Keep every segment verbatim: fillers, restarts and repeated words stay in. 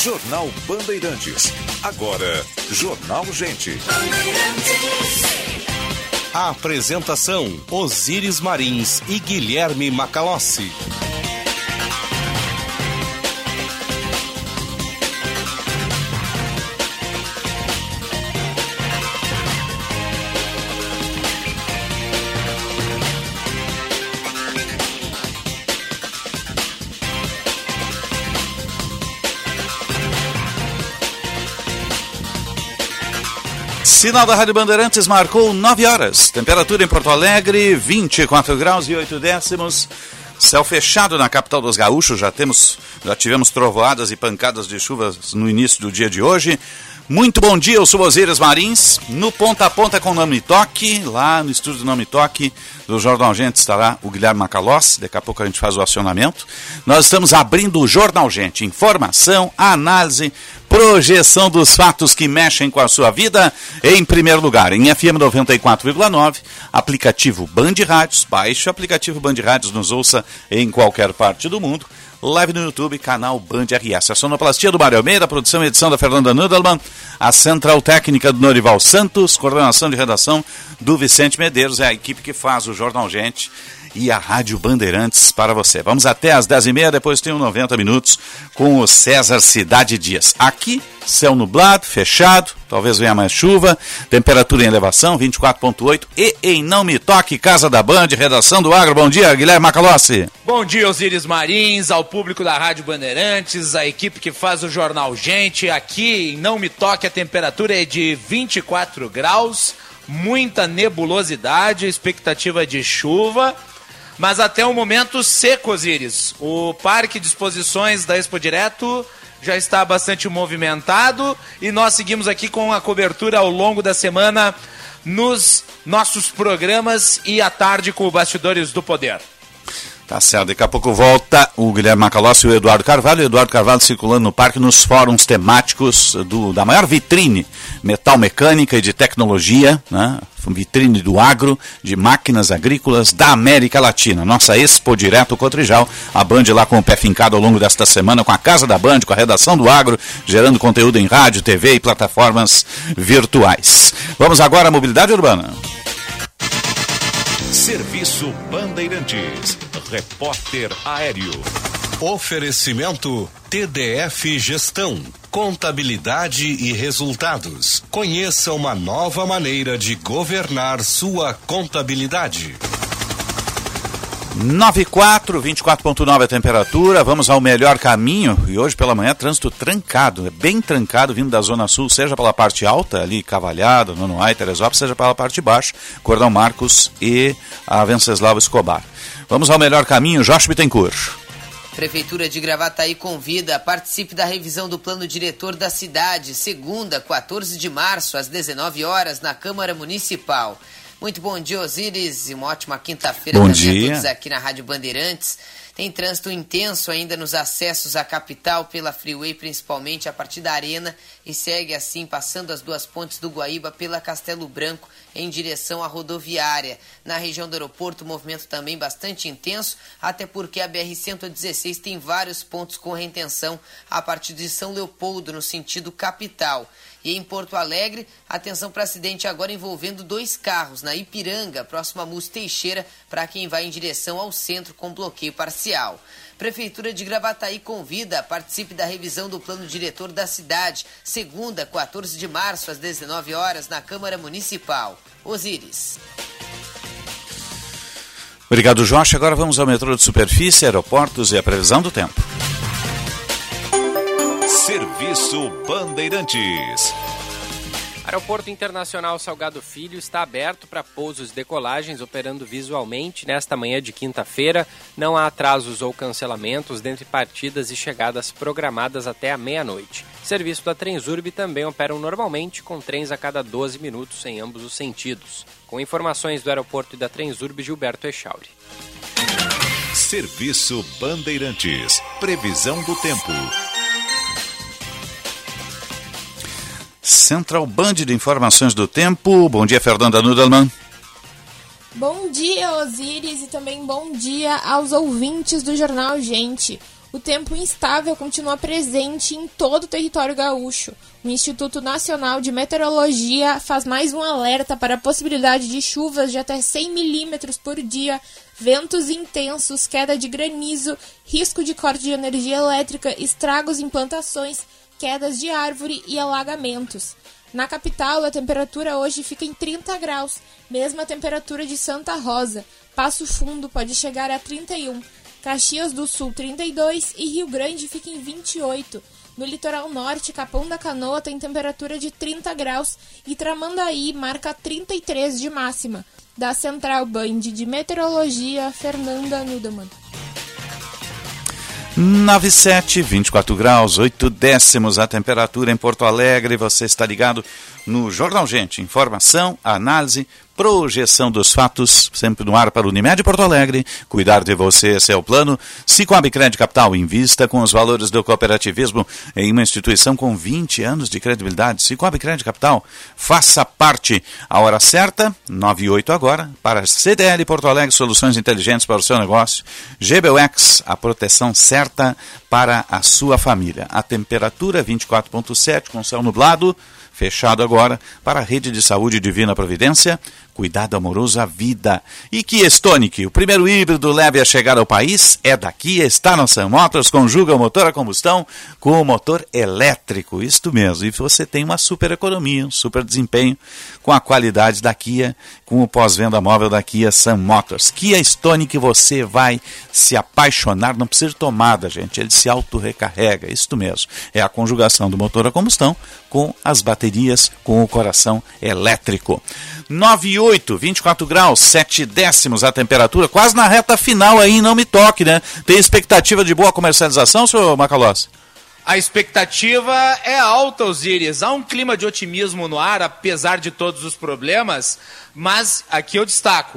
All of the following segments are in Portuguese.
Jornal Bandeirantes. Agora, Jornal Gente. A apresentação: Osíris Marins e Guilherme Macalossi. Sinal da Rádio Bandeirantes marcou nove horas. Temperatura em Porto Alegre, vinte e quatro graus e oito décimos. Céu fechado na capital dos gaúchos. Já temos, já tivemos trovoadas e pancadas de chuvas no início do dia de hoje. Muito bom dia, eu sou Osíris Marins, no Ponta a Ponta com o Nome Toque, lá no estúdio do Nome Toque do Jornal Gente estará o Guilherme Macalossi, daqui a pouco a gente faz o acionamento. Nós estamos abrindo o Jornal Gente, informação, análise, projeção dos fatos que mexem com a sua vida, em primeiro lugar, em F M noventa e quatro vírgula nove, aplicativo Band Rádios, baixe o aplicativo Band Rádios, nos ouça em qualquer parte do mundo. Live no YouTube, canal Band R S. A sonoplastia do Mário Almeida, a produção e edição da Fernanda Nudelman, a central técnica do Norival Santos, coordenação de redação do Vicente Medeiros, é a equipe que faz o Jornal Gente e a Rádio Bandeirantes para você. Vamos até às dez e meia, depois tem um noventa minutos com o César Cidade Dias. Aqui, céu nublado, fechado, talvez venha mais chuva, temperatura em elevação, vinte e quatro vírgula oito, e em Não Me Toque, Casa da Band, redação do Agro. Bom dia, Guilherme Macalossi. Bom dia, Osíris Marins, ao público da Rádio Bandeirantes, a equipe que faz o Jornal Gente. Aqui em Não Me Toque, a temperatura é de vinte e quatro graus, muita nebulosidade, expectativa de chuva, mas até o momento seco, Osíris. O Parque de Exposições da Expo Direto já está bastante movimentado e nós seguimos aqui com a cobertura ao longo da semana nos nossos programas e à tarde com o Bastidores do Poder. Tá certo, daqui a pouco volta o Guilherme Macalossi e o Eduardo Carvalho. O Eduardo Carvalho circulando no parque nos fóruns temáticos do, da maior vitrine metal mecânica e de tecnologia, né? Vitrine do agro, de máquinas agrícolas da América Latina. Nossa Expo Direto Cotrijal, a Band lá com o pé fincado ao longo desta semana, com a Casa da Band, com a redação do agro, gerando conteúdo em rádio, T V e plataformas virtuais. Vamos agora à mobilidade urbana. Serviço Bandeirantes. Repórter Aéreo. Oferecimento T D F Gestão, Contabilidade e Resultados. Conheça uma nova maneira de governar sua contabilidade. nove e quatro, vinte e quatro vírgula nove a temperatura, vamos ao melhor caminho, e hoje pela manhã trânsito trancado, é bem trancado vindo da Zona Sul, seja pela parte alta, ali Cavalhado, Nonoai, Teresópolis, seja pela parte baixa, Cordão Marcos e a Venceslau Escobar. Vamos ao melhor caminho, Josh Bittencourt. Prefeitura de Gravataí convida, participe da revisão do plano diretor da cidade, segunda, quatorze de março, às dezenove horas, na Câmara Municipal. Muito bom dia, Osíris, e uma ótima quinta-feira também dia. a todos aqui na Rádio Bandeirantes. Tem trânsito intenso ainda nos acessos à capital pela Freeway, principalmente a partir da Arena, e segue assim, passando as duas pontes do Guaíba pela Castelo Branco em direção à rodoviária. Na região do aeroporto, o movimento também bastante intenso, até porque a B R cento e dezesseis tem vários pontos com retenção a partir de São Leopoldo, no sentido capital. E em Porto Alegre, atenção para acidente agora envolvendo dois carros na Ipiranga, próximo a Mus Teixeira, para quem vai em direção ao centro com bloqueio parcial. Prefeitura de Gravataí convida, participe da revisão do plano diretor da cidade, segunda, quatorze de março, às dezenove horas, na Câmara Municipal. Osíris. Obrigado, Jorge. Agora vamos ao metrô de superfície, aeroportos e a previsão do tempo. Serviço Bandeirantes. Aeroporto Internacional Salgado Filho está aberto para pousos e decolagens, operando visualmente nesta manhã de quinta-feira. Não há atrasos ou cancelamentos dentre partidas e chegadas programadas até a meia-noite. Serviço da Transurb também operam normalmente, com trens a cada doze minutos em ambos os sentidos. Com informações do aeroporto e da Transurb, Gilberto Echauri. Serviço Bandeirantes. Previsão do tempo. Central Band de Informações do Tempo. Bom dia, Fernanda Nudelman. Bom dia, Osíris, e também bom dia aos ouvintes do Jornal Gente. O tempo instável continua presente em todo o território gaúcho. O Instituto Nacional de Meteorologia faz mais um alerta para a possibilidade de chuvas de até cem milímetros por dia, ventos intensos, queda de granizo, risco de corte de energia elétrica, estragos em plantações, quedas de árvore e alagamentos. Na capital, a temperatura hoje fica em trinta graus, mesma temperatura de Santa Rosa. Passo Fundo pode chegar a trinta e um. Caxias do Sul, trinta e dois, e Rio Grande fica em vinte e oito. No litoral norte, Capão da Canoa tem temperatura de trinta graus e Tramandaí marca trinta e três de máxima. Da Central Band de Meteorologia, Fernanda Nudemann. nove sete, vinte e quatro graus, oito décimos a temperatura em Porto Alegre. Você está ligado no Jornal Gente. Informação, análise, projeção dos fatos, sempre no ar para o Unimed Porto Alegre. Cuidar de você, esse é o plano. Cicobi Crédito Capital, invista com os valores do cooperativismo em uma instituição com vinte anos de credibilidade. Cicobi Crédito Capital, faça parte. A hora certa, nove e oito agora, para C D L Porto Alegre, soluções inteligentes para o seu negócio. G B U X, a proteção certa para a sua família. A temperatura vinte e quatro vírgula sete, com céu nublado. Fechado agora para a Rede de Saúde Divina Providência, cuidado amoroso à vida. E Kia Stonic, o primeiro híbrido leve a chegar ao país, é da Kia, está na Sam Motors, conjuga o motor a combustão com o motor elétrico, isto mesmo. E você tem uma super economia, um super desempenho com a qualidade da Kia, com o pós-venda móvel da Kia Sam Motors. Kia Stonic, você vai se apaixonar, não precisa de tomada, gente, ele se auto-recarrega, isto mesmo. É a conjugação do motor a combustão com as baterias, com o coração elétrico. nove e oito, vinte e quatro graus, sete décimos a temperatura, quase na reta final aí, não me toque, né? Tem expectativa de boa comercialização, senhor Macalossi? A expectativa é alta, Osíris. Há um clima de otimismo no ar, apesar de todos os problemas, mas aqui eu destaco,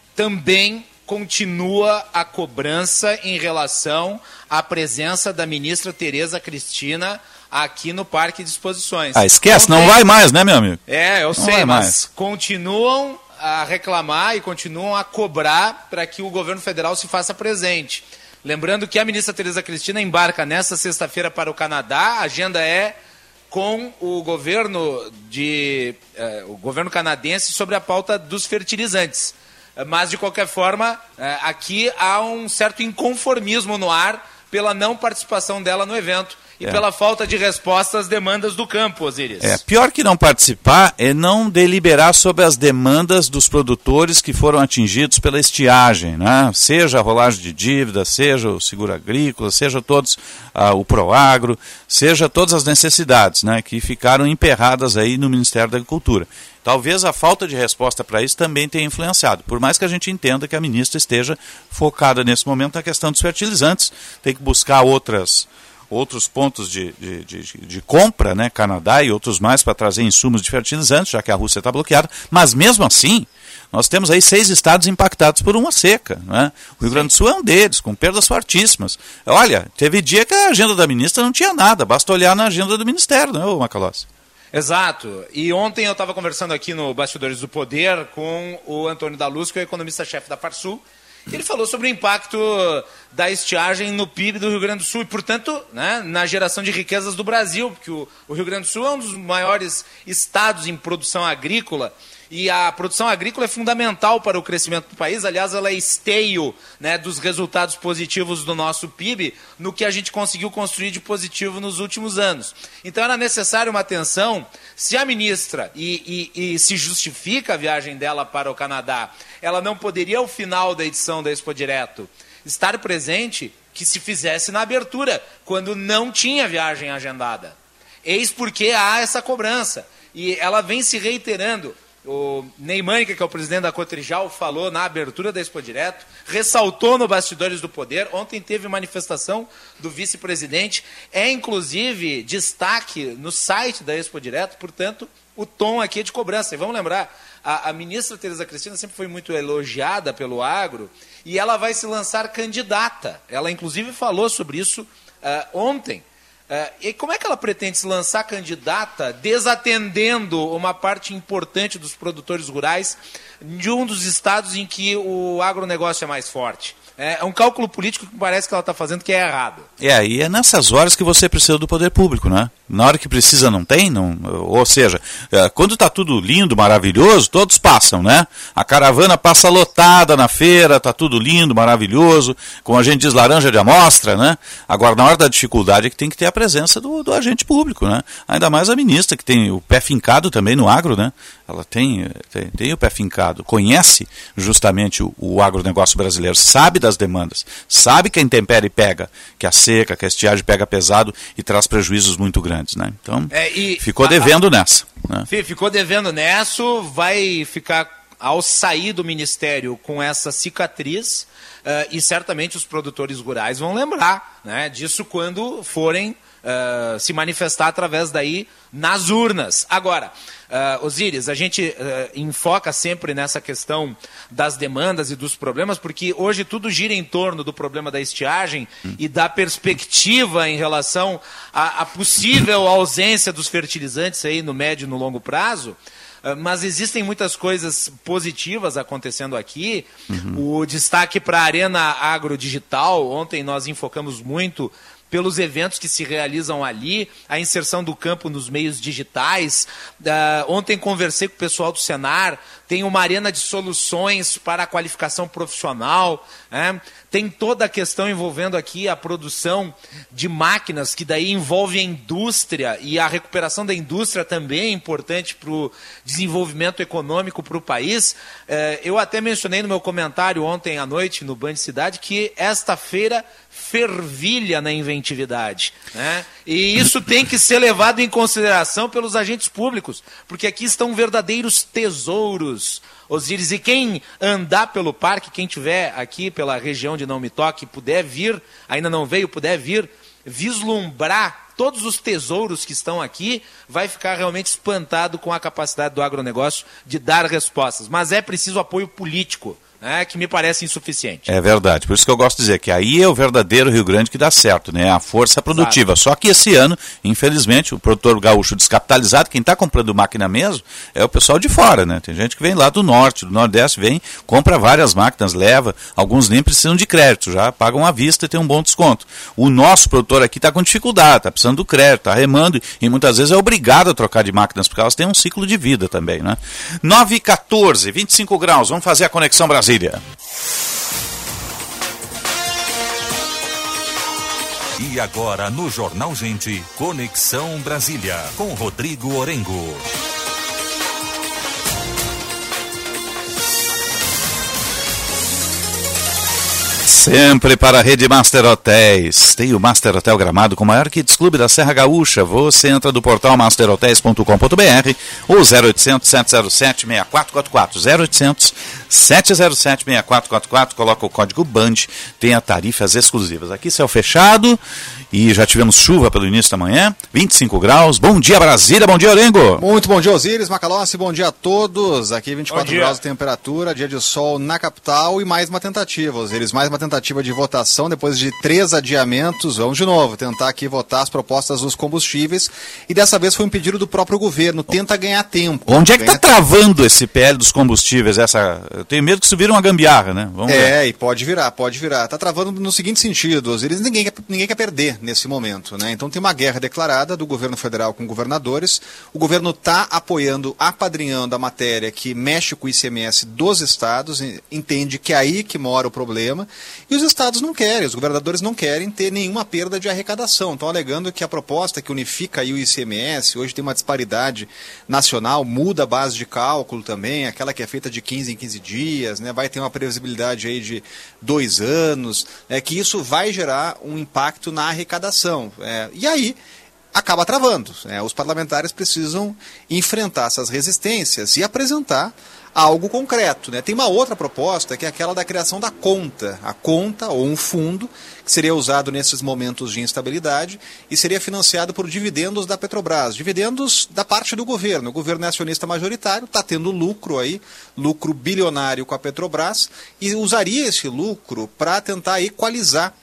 também continua a cobrança em relação à presença da ministra Tereza Cristina aqui no Parque de Exposições. Ah, esquece, não, não tem... vai mais, né, meu amigo? É, eu não sei, mas mais. Continuam a reclamar e continuam a cobrar para que o governo federal se faça presente. Lembrando que a ministra Tereza Cristina embarca nesta sexta-feira para o Canadá, a agenda é com o governo, de, eh, o governo canadense sobre a pauta dos fertilizantes. Mas, de qualquer forma, eh, aqui há um certo inconformismo no ar pela não participação dela no evento. E é. pela falta de resposta às demandas do campo, Osíris. É, pior que não participar é não deliberar sobre as demandas dos produtores que foram atingidos pela estiagem, né? Seja a rolagem de dívida, seja o seguro agrícola, seja todos ah, o Proagro, seja todas as necessidades, né, que ficaram emperradas aí no Ministério da Agricultura. Talvez a falta de resposta para isso também tenha influenciado, por mais que a gente entenda que a ministra esteja focada nesse momento na questão dos fertilizantes, tem que buscar outras... outros pontos de, de, de, de compra, né, Canadá e outros mais para trazer insumos de fertilizantes, já que a Rússia está bloqueada, mas mesmo assim, nós temos aí seis estados impactados por uma seca, né? O Rio Grande do Sul é um deles, com perdas fortíssimas. Olha, teve dia que a agenda da ministra não tinha nada, basta olhar na agenda do Ministério, né, ô Macalossi? Exato, e ontem eu estava conversando aqui no Bastidores do Poder com o Antônio da Luz, que é o economista-chefe da Farsul. Ele falou sobre o impacto da estiagem no P I B do Rio Grande do Sul e, portanto, né, na geração de riquezas do Brasil, porque o, o Rio Grande do Sul é um dos maiores estados em produção agrícola e a produção agrícola é fundamental para o crescimento do país. Aliás, ela é esteio, né, dos resultados positivos do nosso P I B no que a gente conseguiu construir de positivo nos últimos anos. Então era necessário uma atenção. Se a ministra, e, e, e se justifica a viagem dela para o Canadá, ela não poderia, ao final da edição da Expo Direto, estar presente, que se fizesse na abertura, quando não tinha viagem agendada. Eis porque há essa cobrança. E ela vem se reiterando. O Ney Mânica, que é o presidente da Cotrijal, falou na abertura da Expo Direto, ressaltou no Bastidores do Poder. Ontem teve manifestação do vice-presidente. É, inclusive, destaque no site da Expo Direto, portanto, o tom aqui é de cobrança. E vamos lembrar, a, a ministra Tereza Cristina sempre foi muito elogiada pelo agro e ela vai se lançar candidata. Ela, inclusive, falou sobre isso uh, ontem. Uh, e como é que ela pretende se lançar candidata desatendendo uma parte importante dos produtores rurais de um dos estados em que o agronegócio é mais forte? É um cálculo político que parece que ela está fazendo que é errado. É, e é nessas horas que você precisa do poder público, né? Na hora que precisa não tem, não, ou seja, quando está tudo lindo, maravilhoso, todos passam, né? A caravana passa lotada na feira, está tudo lindo, maravilhoso, como a gente diz, laranja de amostra, né? Agora, na hora da dificuldade é que tem que ter a presença do, do agente público, né? Ainda mais a ministra, que tem o pé fincado também no agro, né? Ela tem, tem, tem o pé fincado, conhece justamente o, o agronegócio brasileiro, sabe das demandas, sabe que a intempérie pega, que a seca, que a estiagem pega pesado e traz prejuízos muito grandes, né? Então, é, e, ficou devendo a, nessa. Né? Ficou devendo nessa, vai ficar ao sair do Ministério com essa cicatriz, uh, e certamente os produtores rurais vão lembrar, né, disso quando forem Uh, se manifestar através daí nas urnas. Agora, uh, Osíris, a gente uh, enfoca sempre nessa questão das demandas e dos problemas, porque hoje tudo gira em torno do problema da estiagem hum. e da perspectiva em relação à, à possível ausência dos fertilizantes aí no médio e no longo prazo. Uh, mas existem muitas coisas positivas acontecendo aqui. Uhum. O destaque para a Arena Agrodigital, ontem nós enfocamos muito pelos eventos que se realizam ali, a inserção do campo nos meios digitais. Uh, ontem conversei com o pessoal do Senar, tem uma arena de soluções para a qualificação profissional, né? Tem toda a questão envolvendo aqui a produção de máquinas, que daí envolve a indústria, e a recuperação da indústria também é importante para o desenvolvimento econômico para o país. Uh, eu até mencionei no meu comentário ontem à noite no Band Cidade que esta feira fervilha na inventividade, né? E isso tem que ser levado em consideração pelos agentes públicos, porque aqui estão verdadeiros tesouros, Osíris, e quem andar pelo parque, quem tiver aqui pela região de Não Me Toque, puder vir, ainda não veio, puder vir, vislumbrar todos os tesouros que estão aqui, vai ficar realmente espantado com a capacidade do agronegócio de dar respostas. Mas é preciso apoio político, né, que me parece insuficiente. É verdade, por isso que eu gosto de dizer que aí é o verdadeiro Rio Grande que dá certo, né? A força produtiva. Exato. Só que esse ano, infelizmente, o produtor gaúcho descapitalizado, quem está comprando máquina mesmo, é o pessoal de fora, né? Tem gente que vem lá do norte, do nordeste, vem, compra várias máquinas, leva, alguns nem precisam de crédito, já pagam à vista e tem um bom desconto. O nosso produtor aqui está com dificuldade, está precisando do crédito, está remando e muitas vezes é obrigado a trocar de máquinas, porque elas têm um ciclo de vida também, né? nove e quatorze, vinte e cinco graus, vamos fazer a Conexão Brasília. E agora no Jornal Gente, Conexão Brasília, com Rodrigo Orengo. Sempre para a Rede Master Hotéis. Tem o Master Hotel Gramado com o maior Kids Clube da Serra Gaúcha. Você entra do portal master hotels ponto com ponto b r ou zero oitocentos, sete zero sete, seis quatro quatro quatro. zero oitocentos, sete zero sete, seis quatro quatro quatro. Coloca o código BAND, tem a tarifas exclusivas. Aqui céu fechado e já tivemos chuva pelo início da manhã. vinte e cinco graus. Bom dia, Brasília. Bom dia, Orengo. Muito bom dia, Osíris, Macalossi. Bom dia a todos. Aqui vinte e quatro graus de temperatura, dia de sol na capital e mais uma tentativa, Osíris. Mais uma tentativa de votação depois de três adiamentos. Vamos de novo tentar aqui votar as propostas dos combustíveis e dessa vez foi um pedido do próprio governo. Tenta ganhar tempo. Onde é que está travando esse P L dos combustíveis? Essa... Eu tenho medo que isso vire uma gambiarra, né? Vamos é, ver. E pode virar, pode virar. Está travando no seguinte sentido, Osíris, ninguém quer, ninguém quer perder nesse momento, né? Então tem uma guerra declarada do governo federal com governadores. O governo está apoiando, apadrinhando a matéria que mexe com o I C M S dos estados, entende que é aí que mora o problema. E os estados não querem, os governadores não querem ter nenhuma perda de arrecadação. Estão alegando que a proposta que unifica aí o I C M S, hoje tem uma disparidade nacional, muda a base de cálculo também, aquela que é feita de quinze em quinze dias, né, vai ter uma previsibilidade aí de dois anos, é, que isso vai gerar um impacto na arrecadação. É, e aí acaba travando. Né, os parlamentares precisam enfrentar essas resistências e apresentar algo concreto, né? Tem uma outra proposta que é aquela da criação da conta, a conta ou um fundo que seria usado nesses momentos de instabilidade e seria financiado por dividendos da Petrobras, dividendos da parte do governo. O governo é acionista majoritário, está tendo lucro aí, lucro bilionário com a Petrobras e usaria esse lucro para tentar equalizar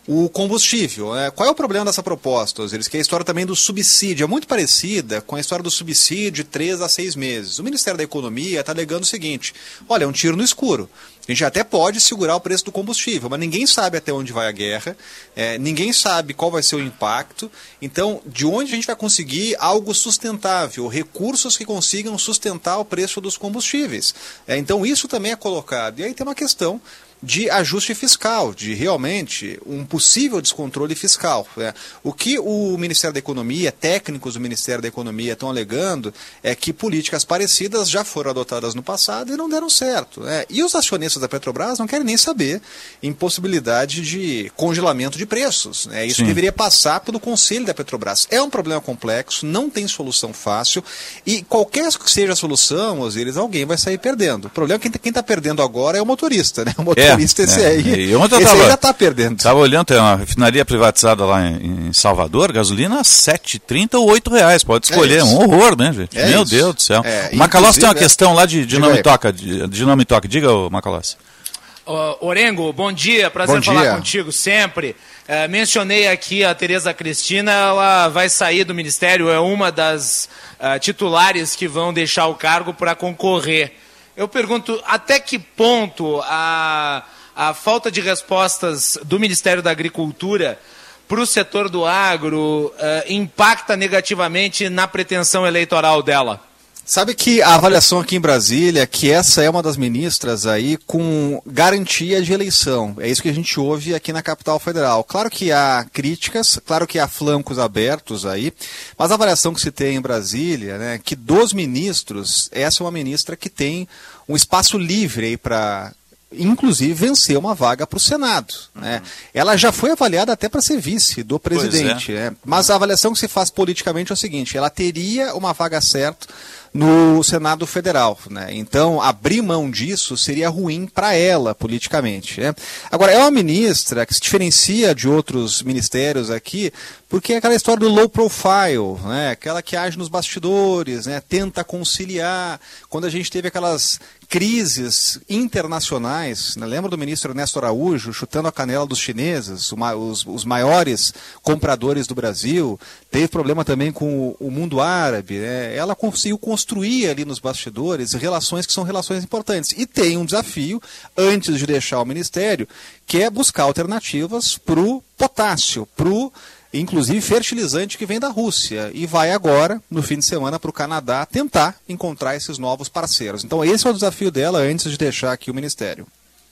o combustível. É, qual é o problema dessa proposta, Osiris? Que é a história também do subsídio. É muito parecida com a história do subsídio de três a seis meses. O Ministério da Economia está alegando o seguinte: olha, é um tiro no escuro. A gente até pode segurar o preço do combustível, mas ninguém sabe até onde vai a guerra, é, ninguém sabe qual vai ser o impacto. Então, de onde a gente vai conseguir algo sustentável, recursos que consigam sustentar o preço dos combustíveis? É, então, isso também é colocado. E aí tem uma questão de ajuste fiscal, de realmente um possível descontrole fiscal. Né? O que o Ministério da Economia, técnicos do Ministério da Economia estão alegando é que políticas parecidas já foram adotadas no passado e não deram certo. Né? E os acionistas da Petrobras não querem nem saber em possibilidade de congelamento de preços. Né? Isso Sim. deveria passar pelo Conselho da Petrobras. É um problema complexo, não tem solução fácil e qualquer que seja a solução, Osiris, alguém vai sair perdendo. O problema é que quem está perdendo agora é o motorista. Né? O motorista É. Esse, É, aí, e ontem eu esse tava, aí já está perdendo. Estava olhando, tem uma refinaria privatizada lá em, em Salvador, gasolina sete e trinta ou oito reais. Pode escolher, é um horror, né, gente? É Meu isso. Deus do céu. É, o Macalossi tem uma é... questão lá de, de nome toca, de, de nome toca. Diga, ô, Macalossi. Uh, Orengo, bom dia, prazer bom falar dia. contigo sempre. Uh, mencionei aqui a Tereza Cristina, ela vai sair do Ministério, é uma das uh, titulares que vão deixar o cargo para concorrer. Eu pergunto, até que ponto a, a falta de respostas do Ministério da Agricultura para o setor do agro uh, impacta negativamente na pretensão eleitoral dela? Sabe que a avaliação aqui em Brasília é que essa é uma das ministras aí com garantia de eleição. É isso que a gente ouve aqui na capital federal. Claro que há críticas, claro que há flancos abertos aí, mas a avaliação que se tem em Brasília, né, que dos ministros, essa é uma ministra que tem um espaço livre aí para, inclusive, vencer uma vaga para o Senado. Né? Ela já foi avaliada até para ser vice do presidente. É. Né? Mas a avaliação que se faz politicamente é o seguinte: ela teria uma vaga certa no Senado Federal. Né? Então, abrir mão disso seria ruim para ela, politicamente. Né? Agora, é uma ministra que se diferencia de outros ministérios aqui, porque é aquela história do low profile, né? Aquela que age nos bastidores, né? Tenta conciliar. Quando a gente teve aquelas crises internacionais, né? Lembra do ministro Ernesto Araújo chutando a canela dos chineses, os, os maiores compradores do Brasil? Teve problema também com o, o mundo árabe. Né? Ela conseguiu construir ali nos bastidores relações que são relações importantes. E tem um desafio, antes de deixar o ministério, que é buscar alternativas para o potássio, para o inclusive fertilizante que vem da Rússia, e vai agora, no fim de semana, para o Canadá, tentar encontrar esses novos parceiros. Então esse é o desafio dela antes de deixar aqui o Ministério.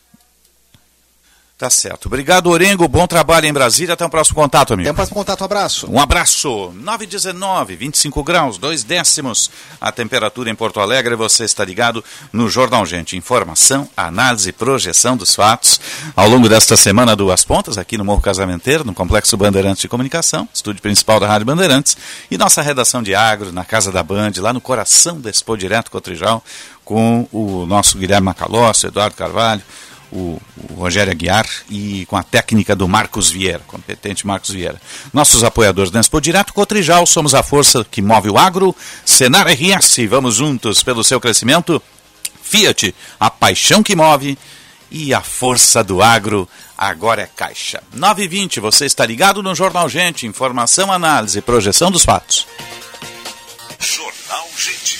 Tá certo. Obrigado, Orengo. Bom trabalho em Brasília. Até o próximo contato, amigo. Até o próximo contato. Um abraço. Um abraço. nove e dezenove, vinte e cinco graus, dois décimos. A temperatura em Porto Alegre. Você está ligado no Jornal Gente. Informação, análise e projeção dos fatos. Ao longo desta semana, duas pontas, aqui no Morro Casamenteiro, no Complexo Bandeirantes de Comunicação, estúdio principal da Rádio Bandeirantes, e nossa redação de agro, na Casa da Band, lá no coração da Expo Direto Cotrijal, com o nosso Guilherme Macalossi, Eduardo Carvalho, O, o Rogério Aguiar e com a técnica do Marcos Vieira, competente Marcos Vieira. Nossos apoiadores da Expo Direto Cotrijal, somos a força que move o agro. Senar R S, vamos juntos pelo seu crescimento. Fiat, a paixão que move. E a força do agro, agora é Caixa. nove e vinte, você está ligado no Jornal Gente. Informação, análise e projeção dos fatos. Jornal Gente.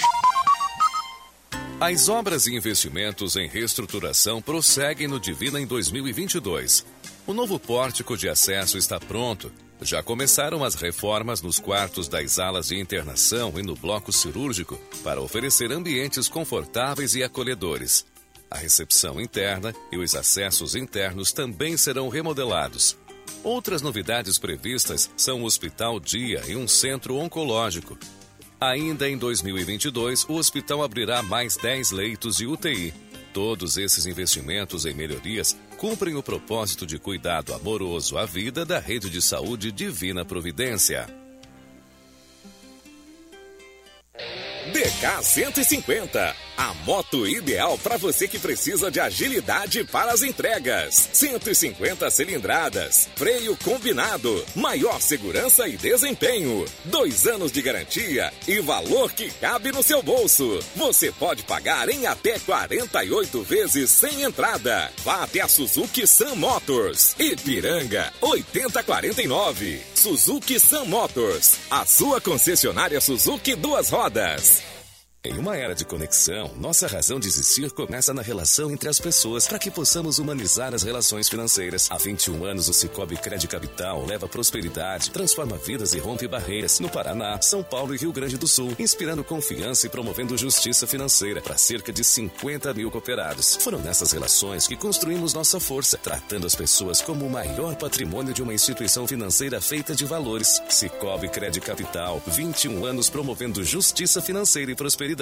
As obras e investimentos em reestruturação prosseguem no Divina em dois mil e vinte e dois. O novo pórtico de acesso está pronto. Já começaram as reformas nos quartos das alas de internação e no bloco cirúrgico para oferecer ambientes confortáveis e acolhedores. A recepção interna e os acessos internos também serão remodelados. Outras novidades previstas são o Hospital Dia e um centro oncológico. Ainda em dois mil e vinte e dois, o hospital abrirá mais dez leitos de U T I. Todos esses investimentos em melhorias cumprem o propósito de cuidado amoroso à vida da rede de saúde Divina Providência. D K cento e cinquenta. A moto ideal para você que precisa de agilidade para as entregas. cento e cinquenta cilindradas, freio combinado, maior segurança e desempenho. Dois anos de garantia e valor que cabe no seu bolso. Você pode pagar em até quarenta e oito vezes sem entrada. Vá até a Suzuki Sun Motors. Ipiranga, oitenta quarenta e nove. Suzuki Sun Motors, a sua concessionária Suzuki duas rodas. Em uma era de conexão, nossa razão de existir começa na relação entre as pessoas para que possamos humanizar as relações financeiras. Há vinte e um anos, o Cicobi Cred Capital leva prosperidade, transforma vidas e rompe barreiras no Paraná, São Paulo e Rio Grande do Sul, inspirando confiança e promovendo justiça financeira para cerca de cinquenta mil cooperados. Foram nessas relações que construímos nossa força, tratando as pessoas como o maior patrimônio de uma instituição financeira feita de valores. Cicobi Cred Capital, vinte e um anos promovendo justiça financeira e prosperidade.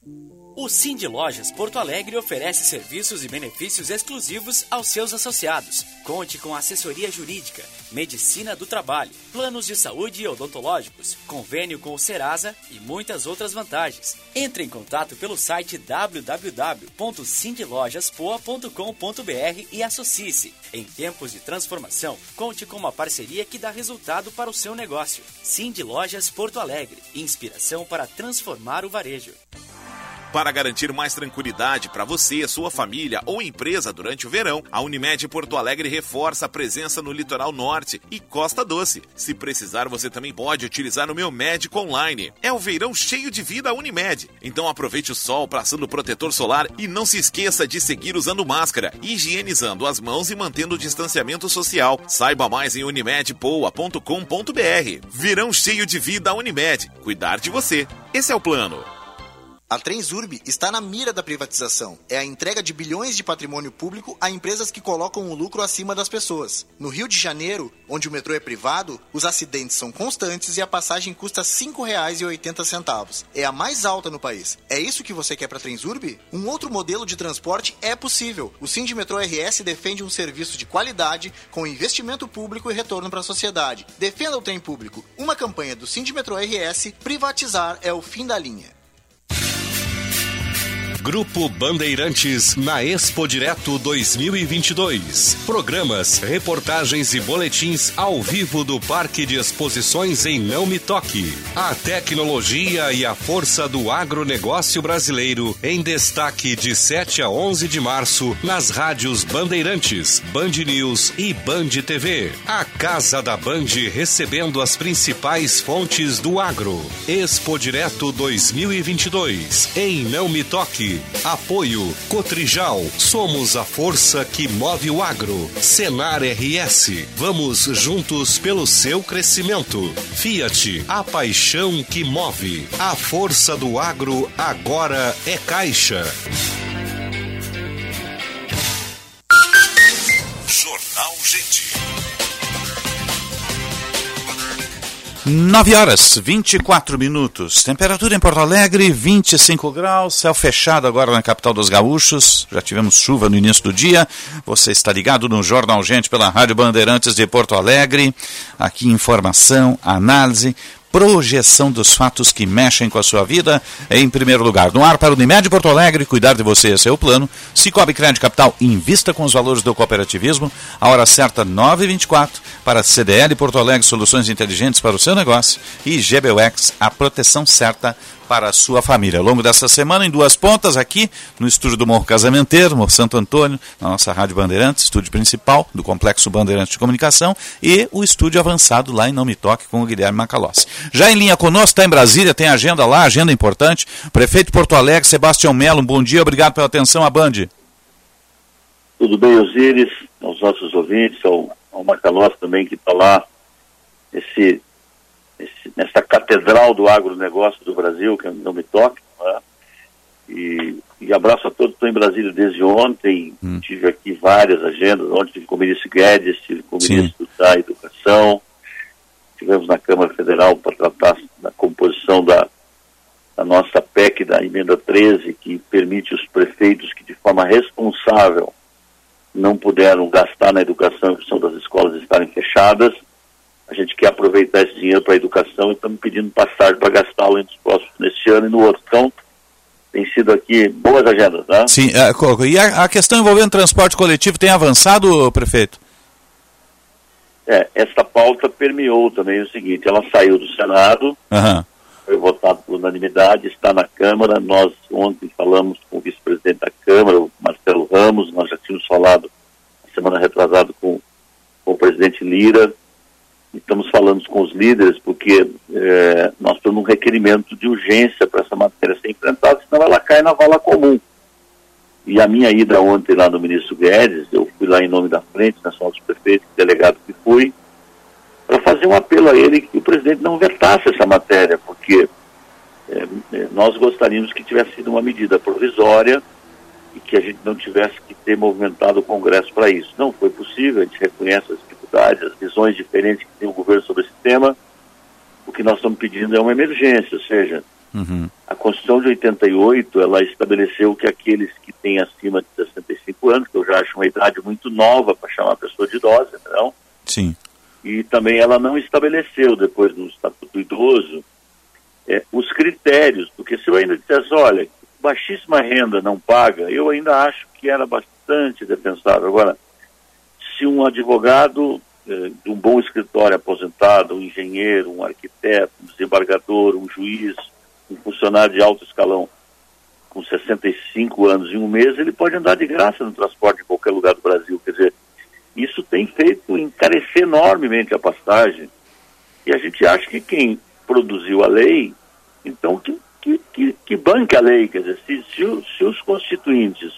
O Cindy Lojas Porto Alegre oferece serviços e benefícios exclusivos aos seus associados. Conte com assessoria jurídica, medicina do trabalho, planos de saúde e odontológicos, convênio com o Serasa e muitas outras vantagens. Entre em contato pelo site w w w ponto cindy lojas poa ponto com ponto b r e associe-se. Em tempos de transformação, conte com uma parceria que dá resultado para o seu negócio. Cindy Lojas Porto Alegre, inspiração para transformar o varejo. Para garantir mais tranquilidade para você, sua família ou empresa durante o verão, a Unimed Porto Alegre reforça a presença no litoral norte e Costa Doce. Se precisar, você também pode utilizar o Meu Médico Online. É o verão cheio de vida Unimed. Então aproveite o sol passando protetor solar e não se esqueça de seguir usando máscara, higienizando as mãos e mantendo o distanciamento social. Saiba mais em unimed poa ponto com ponto b r. Verão cheio de vida Unimed. Cuidar de você. Esse é o plano. A Transurb está na mira da privatização. É a entrega de bilhões de patrimônio público a empresas que colocam o lucro acima das pessoas. No Rio de Janeiro, onde o metrô é privado, os acidentes são constantes e a passagem custa cinco reais e oitenta centavos. É a mais alta no país. É isso que você quer para a Transurb? Um outro modelo de transporte é possível. O Sindimetrô R S defende um serviço de qualidade, com investimento público e retorno para a sociedade. Defenda o trem público. Uma campanha do Sindimetrô R S, privatizar é o fim da linha. Grupo Bandeirantes na Expo Direto dois mil e vinte e dois. Programas, reportagens e boletins ao vivo do Parque de Exposições em Não Me Toque. A tecnologia e a força do agronegócio brasileiro em destaque de sete a onze de março nas rádios Bandeirantes, Band News e Band T V. A Casa da Band recebendo as principais fontes do agro. Expo Direto dois mil e vinte e dois em Não Me Toque. Apoio Cotrijal, somos a força que move o agro. Senar R S, vamos juntos pelo seu crescimento. Fiat, a paixão que move. A força do agro agora é Caixa. Jornal Gente. nove horas, vinte e quatro minutos. Temperatura em Porto Alegre, vinte e cinco graus. Céu fechado agora na capital dos gaúchos. Já tivemos chuva no início do dia. Você está ligado no Jornal Gente pela Rádio Bandeirantes de Porto Alegre. Aqui informação, análise, projeção dos fatos que mexem com a sua vida em primeiro lugar. No ar para o Unimed Porto Alegre, cuidar de você, esse é o plano. Cicobi Cred Capital, invista com os valores do cooperativismo. A hora certa, nove e vinte e quatro, para C D L Porto Alegre, soluções inteligentes para o seu negócio. E G B U X, a proteção certa para a sua família. Ao longo dessa semana, em duas pontas, aqui no estúdio do Morro Casamenteiro, Morro Santo Antônio, na nossa Rádio Bandeirantes, estúdio principal do Complexo Bandeirantes de Comunicação, e o estúdio avançado lá em Não Me Toque com o Guilherme Macalossi. Já em linha conosco, está em Brasília, tem agenda lá, agenda importante. Prefeito de Porto Alegre, Sebastião Melo, um bom dia, obrigado pela atenção à Band. Tudo bem, Osíris, aos nossos ouvintes, ao, ao Macalossi também que está lá, esse... Esse, nessa catedral do agronegócio do Brasil, que Não Me Toque, né? e, e abraço a todos. Estou em Brasília desde ontem, hum. tive aqui várias agendas. Ontem tive com o ministro Guedes, tive com o Sim. ministro da Educação, tivemos na Câmara Federal para tratar da composição da, da nossa P E C, da emenda treze, que permite os prefeitos que de forma responsável não puderam gastar na educação em função das escolas estarem fechadas. A gente quer aproveitar esse dinheiro para a educação e estamos pedindo passagem para gastá-lo entre os próximos, nesse ano e no outro. Então, tem sido aqui boas agendas, né? Sim, é, e a, a questão envolvendo transporte coletivo tem avançado, prefeito? É, essa pauta permeou também o seguinte, ela saiu do Senado, uhum. foi votado por unanimidade, está na Câmara. Nós ontem falamos com o vice-presidente da Câmara, o Marcelo Ramos, nós já tínhamos falado na semana retrasada com, com o presidente Lira, e estamos falando com os líderes, porque é, nós temos um requerimento de urgência para essa matéria ser enfrentada, senão ela cai na vala comum. E a minha ida ontem lá no ministro Guedes, eu fui lá em nome da Frente Nacional dos Prefeitos, delegado que fui, para fazer um apelo a ele que o presidente não vetasse essa matéria, porque é, nós gostaríamos que tivesse sido uma medida provisória e que a gente não tivesse que ter movimentado o Congresso para isso. Não foi possível, a gente reconhece as dificuldades, as visões diferentes que tem o governo sobre esse tema. O que nós estamos pedindo é uma emergência, ou seja, uhum. a Constituição de oitenta e oito, ela estabeleceu que aqueles que têm acima de sessenta e cinco anos, que eu já acho uma idade muito nova para chamar a pessoa de idosa, não? Sim. E também ela não estabeleceu, depois no Estatuto do Idoso, é, os critérios, porque se eu ainda dissesse, olha, baixíssima renda não paga, eu ainda acho que era bastante defensável. Agora, se um advogado eh, de um bom escritório aposentado, um engenheiro, um arquiteto, um desembargador, um juiz, um funcionário de alto escalão com sessenta e cinco anos e um mês, ele pode andar de graça no transporte em qualquer lugar do Brasil. Quer dizer, isso tem feito encarecer enormemente a passagem, e a gente acha que quem produziu a lei, então que, que, que, que banque a lei. Quer dizer, se, se, se os constituintes,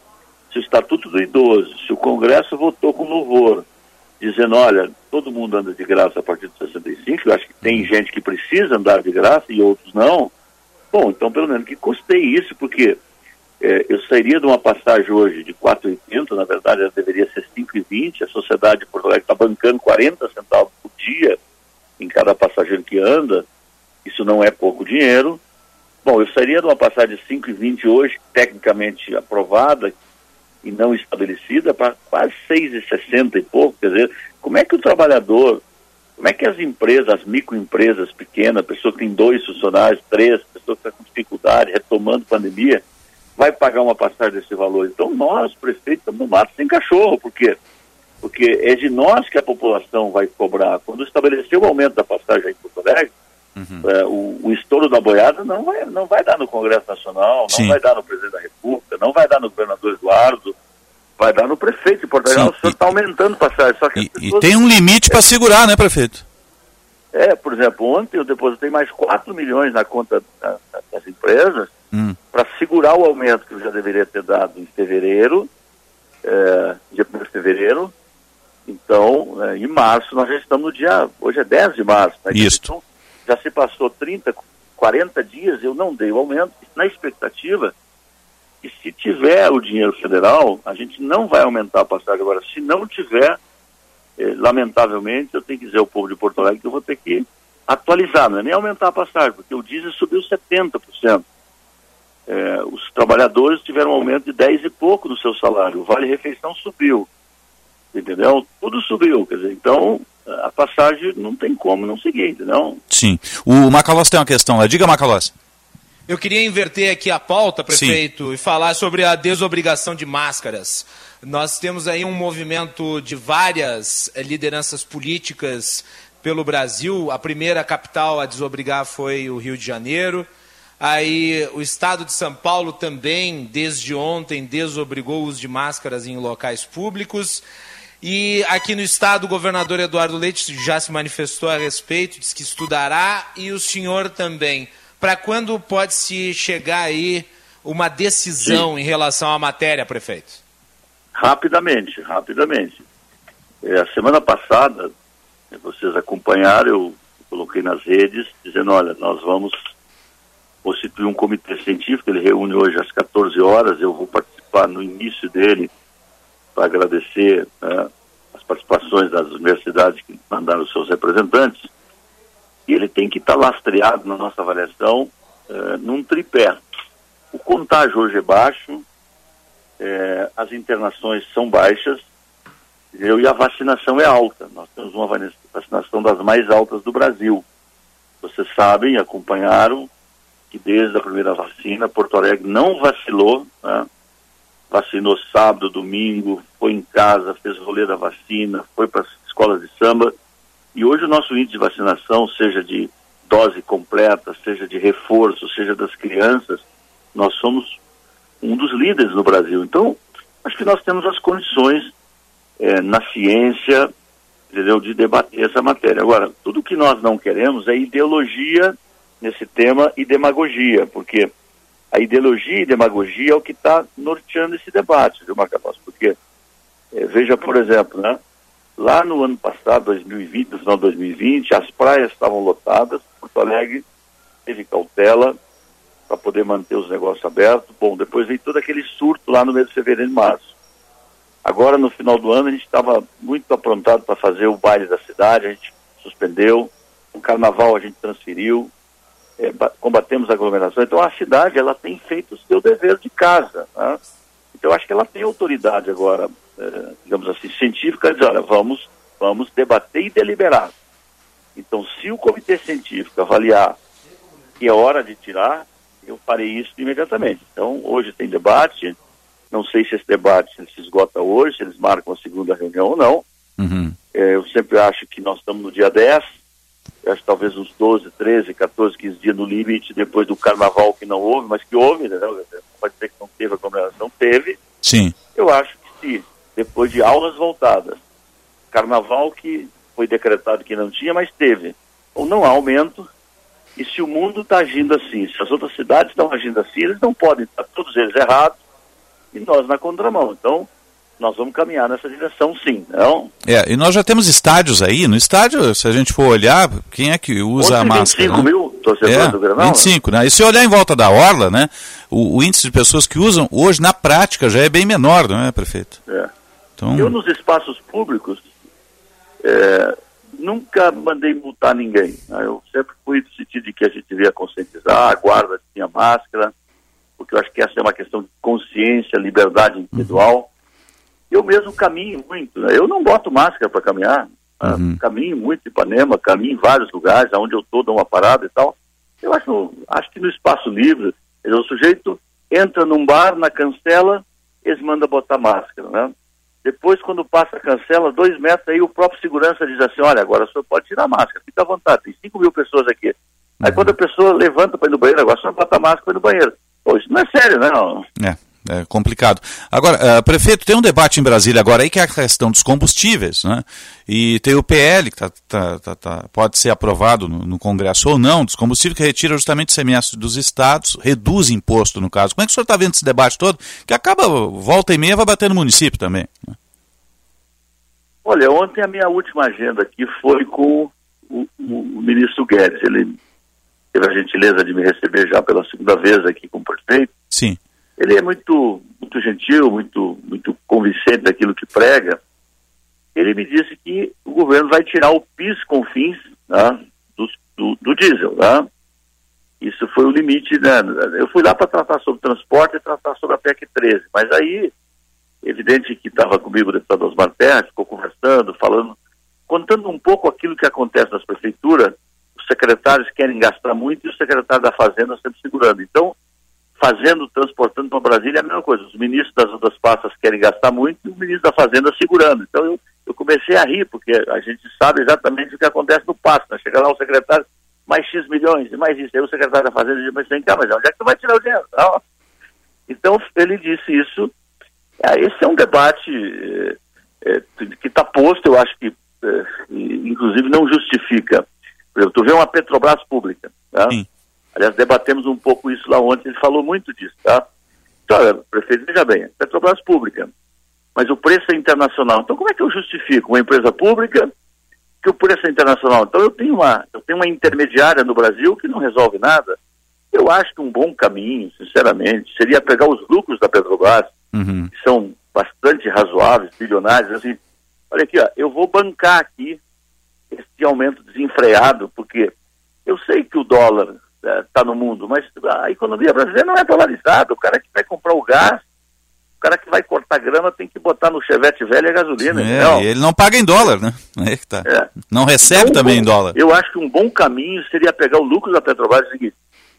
se o Estatuto do Idoso, se o Congresso votou com louvor, dizendo, olha, todo mundo anda de graça a partir de sessenta e cinco, eu acho que tem gente que precisa andar de graça e outros não, bom, então pelo menos que custeie isso, porque é, eu sairia de uma passagem hoje de quatro reais e oitenta, na verdade ela deveria ser cinco reais e vinte, a sociedade de Porto Alegre está bancando quarenta centavos por dia em cada passageiro que anda, isso não é pouco dinheiro. Bom, eu sairia de uma passagem de cinco reais e vinte hoje, tecnicamente aprovada e não estabelecida, para quase seis reais e sessenta e pouco. Quer dizer, como é que o trabalhador, como é que as empresas, as microempresas pequenas, pessoa que tem dois funcionários, três, pessoa que está com dificuldade, retomando pandemia, vai pagar uma passagem desse valor? Então nós, prefeitos, estamos no mato sem cachorro. Por quê? Porque é de nós que a população vai cobrar. Quando estabeleceu o aumento da passagem em Porto Alegre, uhum. é, o, o estouro da boiada não vai, não vai dar no Congresso Nacional, não Sim. vai dar no Presidente da República, não vai dar no governador Eduardo, vai dar no prefeito de Porto Alegre. O senhor está aumentando passagem. Só que e, pessoas... e tem um limite para segurar, né, prefeito? É, por exemplo, ontem eu depositei mais quatro milhões na conta da, das empresas hum. para segurar o aumento que eu já deveria ter dado em fevereiro, é, dia primeiro de fevereiro. Então, é, em março, nós já estamos no dia, hoje é dez de março, né? Isso. Então, já se passou trinta, quarenta dias, eu não dei o aumento, na expectativa que se tiver o dinheiro federal, a gente não vai aumentar a passagem. Agora, se não tiver, eh, lamentavelmente, eu tenho que dizer ao povo de Porto Alegre que eu vou ter que atualizar, não é nem aumentar a passagem, porque o diesel subiu setenta por cento. Eh, os trabalhadores tiveram um aumento de dez e pouco no seu salário, o vale-refeição subiu, entendeu? Tudo subiu, quer dizer, então a passagem não tem como não seguir, entendeu? Sim. O Macalossi tem uma questão lá. Diga, Macalossi. Eu queria inverter aqui a pauta, prefeito, Sim. e falar sobre a desobrigação de máscaras. Nós temos aí um movimento de várias lideranças políticas pelo Brasil. A primeira capital a desobrigar foi o Rio de Janeiro. Aí o estado de São Paulo também, desde ontem, desobrigou o uso de máscaras em locais públicos. E aqui no estado, o governador Eduardo Leite já se manifestou a respeito, disse que estudará, e o senhor também. Para quando pode-se chegar aí uma decisão Sim. em relação à matéria, prefeito? Rapidamente, rapidamente. É, a semana passada, vocês acompanharam, eu coloquei nas redes, dizendo, olha, nós vamos constituir um comitê científico, ele reúne hoje às quatorze horas, eu vou participar no início dele, para agradecer né, as participações das universidades que mandaram os seus representantes, e ele tem que estar lastreado na nossa avaliação uh, num tripé. O contágio hoje é baixo, uh, as internações são baixas, entendeu? E a vacinação é alta. Nós temos uma vacinação das mais altas do Brasil. Vocês sabem, acompanharam, que desde a primeira vacina, Porto Alegre não vacilou, né? Vacinou sábado, domingo, foi em casa, fez rolê da vacina, foi para as escolas de samba. E hoje o nosso índice de vacinação, seja de dose completa, seja de reforço, seja das crianças, nós somos um dos líderes no Brasil. Então, acho que nós temos as condições é, na ciência, entendeu, de debater essa matéria. Agora, tudo que nós não queremos é ideologia nesse tema e demagogia, porque a ideologia e demagogia é o que está norteando esse debate, viu, Macalós? Porque, é, veja, por exemplo, né, lá no ano passado, dois mil e vinte, no final de dois mil e vinte, as praias estavam lotadas, Porto Alegre teve cautela para poder manter os negócios abertos. Bom, depois veio todo aquele surto lá no mês de fevereiro e março. Agora, no final do ano, a gente estava muito aprontado para fazer o baile da cidade, a gente suspendeu, o carnaval a gente transferiu, é, combatemos a aglomeração. Então, a cidade, ela tem feito o seu dever de casa, né? Então, eu acho que ela tem autoridade agora, é, digamos assim, científica, de dizer, olha, vamos, vamos debater e deliberar. Então, se o comitê científico avaliar que é hora de tirar, eu farei isso imediatamente. Então, hoje tem debate, não sei se esse debate se esgota hoje, se eles marcam a segunda reunião ou não. Uhum. É, eu sempre acho que nós estamos no dia dez, eu acho que talvez uns doze, treze, quatorze, quinze dias no limite, depois do carnaval que não houve, mas que houve, né? Pode dizer que não teve aglomeração, teve. Sim. Eu acho que se, depois de aulas voltadas, carnaval que foi decretado que não tinha, mas teve, ou não há aumento, e se o mundo está agindo assim, se as outras cidades estão agindo assim, eles não podem estar todos eles errados e nós na contramão. Então, nós vamos caminhar nessa direção, sim. Não? É, e nós já temos estádios aí. No estádio, se a gente for olhar, quem é que usa a máscara? vinte e cinco né? mil torcedores é, do Grenal? vinte e cinco, né? E se olhar em volta da orla, né? O, o índice de pessoas que usam, hoje, na prática, já é bem menor, não é, prefeito? É. Então... Eu, nos espaços públicos, é, nunca mandei multar ninguém. Né? Eu sempre fui no sentido de que a gente devia conscientizar, a guarda tinha máscara, porque eu acho que essa é uma questão de consciência, liberdade individual. Uhum. Eu mesmo caminho muito, né? Eu não boto máscara para caminhar, uhum. né? Caminho muito em Ipanema, caminho em vários lugares, onde eu estou, dou uma parada e tal. Eu acho, acho que no espaço livre, o sujeito entra num bar, na cancela, eles mandam botar máscara, né? Depois, quando passa a cancela, dois metros, aí o próprio segurança diz assim, olha, agora o senhor pode tirar a máscara, fica à vontade, tem cinco mil pessoas aqui. Uhum. Aí quando a pessoa levanta para ir no banheiro, agora o senhor bota a máscara para ir no banheiro. Pô, isso não é sério, né? Não. É. É complicado. Agora, uh, prefeito, tem um debate em Brasília agora aí que é a questão dos combustíveis, né? E tem o P L que tá, tá, tá, tá, pode ser aprovado no, no Congresso ou não, dos combustíveis, que retira justamente o semestre dos estados, reduz imposto no caso. Como é que o senhor está vendo esse debate todo? Que acaba, volta e meia, vai bater no município também, né? Olha, ontem a minha última agenda aqui foi com o, o, o ministro Guedes. Ele teve a gentileza de me receber já pela segunda vez aqui com o prefeito. Sim. Ele é muito, muito gentil, muito, muito convincente daquilo que prega. Ele me disse que o governo vai tirar o PIS com fins, né, do, do, do diesel. Né? Isso foi o limite. Né? Eu fui lá para tratar sobre transporte e tratar sobre a P E C treze. Mas aí, evidente que estava comigo o deputado Osmar Terra, ficou conversando, falando, contando um pouco aquilo que acontece nas prefeituras. Os secretários querem gastar muito e o secretário da Fazenda sempre segurando. Então, fazendo, transportando para Brasília é a mesma coisa. Os ministros das outras pastas querem gastar muito e o ministro da Fazenda segurando. Então eu, eu comecei a rir, porque a gente sabe exatamente o que acontece no pasto. Né? Chega lá o secretário, mais X milhões, e mais isso. Aí o secretário da Fazenda diz, mas vem cá, mas onde é que tu vai tirar o dinheiro? Não. Então ele disse isso. Esse é um debate é, é, que está posto, eu acho que, é, inclusive, não justifica. Por exemplo, tu vê uma Petrobras pública, tá? Sim. Aliás, debatemos um pouco isso lá ontem, ele falou muito disso, tá? Então, olha, prefeito, veja bem, Petrobras pública, mas o preço é internacional. Então, como é que eu justifico uma empresa pública que o preço é internacional? Então, eu tenho uma, eu tenho uma intermediária no Brasil que não resolve nada. Eu acho que um bom caminho, sinceramente, seria pegar os lucros da Petrobras, uhum. que são bastante razoáveis, bilionários, assim, olha aqui, ó, eu vou bancar aqui esse aumento desenfreado, porque eu sei que o dólar está no mundo, mas a economia brasileira não é dolarizada. O cara que vai comprar o gás, o cara que vai cortar grama tem que botar no chevette velho a gasolina. É, não. E ele não paga em dólar, né? É que tá. É. Não recebe então, também bom, em dólar. Eu acho que um bom caminho seria pegar o lucro da Petrobras e seguir.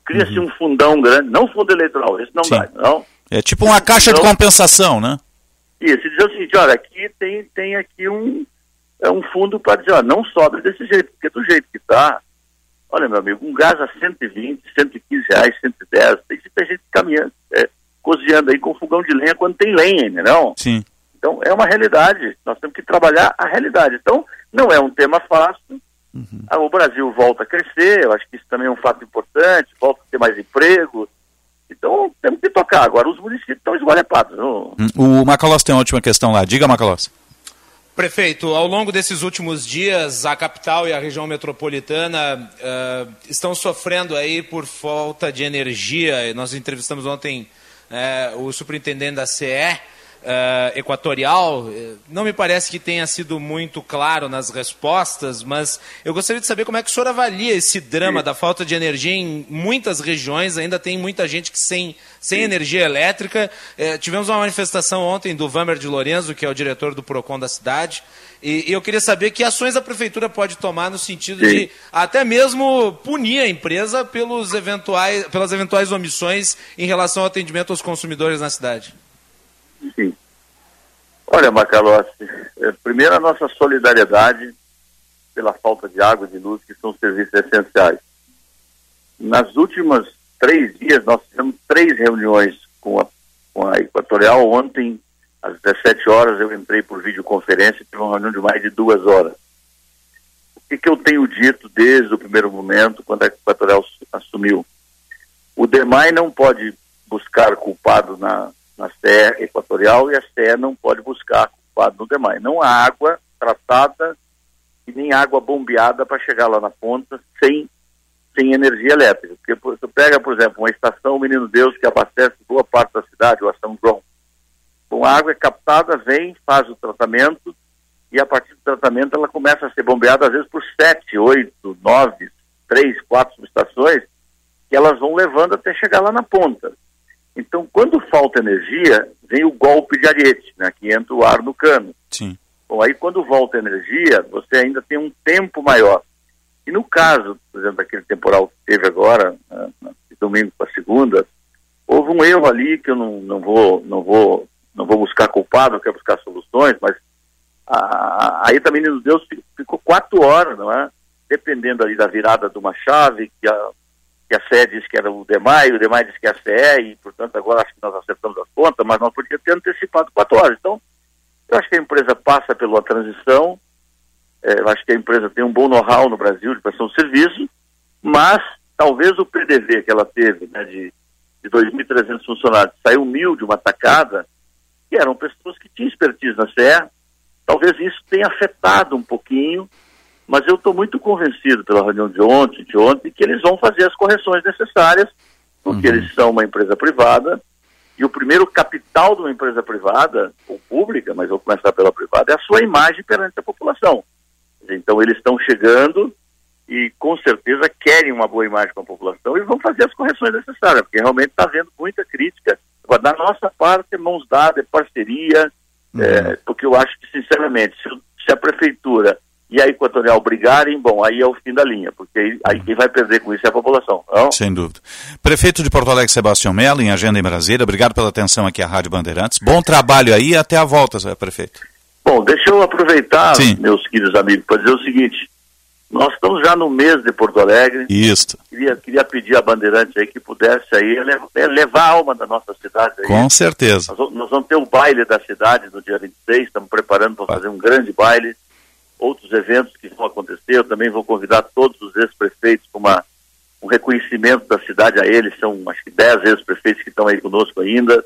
cria-se uhum. um fundão grande, não fundo eleitoral, esse não Sim. dá, não. É tipo uma caixa então, de compensação, né? Isso, dizer o seguinte, olha, aqui tem, tem aqui um, é um fundo para dizer, ó, não sobe desse jeito, porque do jeito que está, olha, meu amigo, um gás a cento e vinte, cento e quinze reais, cento e dez, tem, tem gente caminhando, é, cozinhando aí com fogão de lenha quando tem lenha, não? Sim. Então, é uma realidade, nós temos que trabalhar a realidade. Então, não é um tema fácil, uhum. o Brasil volta a crescer, eu acho que isso também é um fato importante, volta a ter mais emprego, então temos que tocar. Agora, os municípios estão esgualepados. Não? O Macalossi tem uma última questão lá, diga, Macalossi. Prefeito, ao longo desses últimos dias, a capital e a região metropolitana uh, estão sofrendo aí por falta de energia. Nós entrevistamos ontem uh, o superintendente da C E, Uh, Equatorial. Não me parece que tenha sido muito claro nas respostas, mas eu gostaria de saber como é que o senhor avalia esse drama Sim. da falta de energia em muitas regiões. Ainda tem muita gente que sem, sem energia elétrica. Uh, tivemos uma manifestação ontem do Vamer de Lorenzo, que é o diretor do PROCON da cidade, e, e eu queria saber que ações a prefeitura pode tomar no sentido Sim. de até mesmo punir a empresa pelos eventuais, pelas eventuais omissões em relação ao atendimento aos consumidores na cidade. Sim. Olha, Macalossi, primeiro a nossa solidariedade pela falta de água e de luz, que são serviços essenciais. Nas últimas três dias, nós tivemos três reuniões com a, com a Equatorial. Ontem, às dezessete horas, eu entrei por videoconferência e tive uma reunião de mais de duas horas. O que, que eu tenho dito desde o primeiro momento, quando a Equatorial assumiu? O DEMAI não pode buscar culpado na na C E Equatorial, e a C E não pode buscar culpado no DEMAI. Não há água tratada e nem água bombeada para chegar lá na ponta sem, sem energia elétrica. Porque você pega, por exemplo, uma estação Menino Deus que abastece boa parte da cidade, ou a São João. Com a água é captada, vem, faz o tratamento, e a partir do tratamento ela começa a ser bombeada às vezes por sete, oito, nove, três, quatro subestações, que elas vão levando até chegar lá na ponta. Então, quando falta energia, vem o golpe de ariete, né, que entra o ar no cano. Sim. Bom, aí quando volta energia, você ainda tem um tempo maior. E no caso, por exemplo, daquele temporal que teve agora, né, de domingo para segunda, houve um erro ali que eu não, não, vou, não, vou, não vou buscar culpado, eu quero buscar soluções, mas a, aí também Menino Deus ficou quatro horas, não é? Dependendo ali da virada de uma chave, que a que a C E disse que era o DEMAI, o DEMAI disse que é a C E, e, portanto, agora acho que nós acertamos as contas, mas nós podíamos ter antecipado quatro horas. Então, eu acho que a empresa passa pela transição, é, eu acho que a empresa tem um bom know-how no Brasil de prestação de serviço, mas talvez o P D V que ela teve, né, de, de dois mil e trezentos funcionários, saiu mil de uma tacada, que eram pessoas que tinham expertise na C E, talvez isso tenha afetado um pouquinho, mas eu estou muito convencido pela reunião de ontem, de ontem, que eles vão fazer as correções necessárias, porque uhum. eles são uma empresa privada, e o primeiro capital de uma empresa privada, ou pública, mas vou começar pela privada, é a sua imagem perante a população. Então eles estão chegando e com certeza querem uma boa imagem com a população e vão fazer as correções necessárias, porque realmente está havendo muita crítica. Agora, da nossa parte, é mãos dadas, é parceria, uhum. é, porque eu acho que, sinceramente, se, se a prefeitura e a Equatorial brigarem, bom, aí é o fim da linha, porque aí, aí quem vai perder com isso é a população. Não? Sem dúvida. Prefeito de Porto Alegre, Sebastião Mello, em Agenda em Brasília, obrigado pela atenção aqui à Rádio Bandeirantes. Bom trabalho aí e até a volta, prefeito. Bom, deixa eu aproveitar, Sim. meus queridos amigos, para dizer o seguinte, nós estamos já no mês de Porto Alegre. Isso. Queria, queria pedir a Bandeirantes aí que pudesse aí levar a alma da nossa cidade aí. Com certeza. Nós, nós vamos ter o baile da cidade no dia vinte e seis, estamos preparando para fazer um grande baile. Outros eventos que vão acontecer, eu também vou convidar todos os ex-prefeitos para uma, um reconhecimento da cidade a eles, são acho que dez ex-prefeitos que estão aí conosco ainda.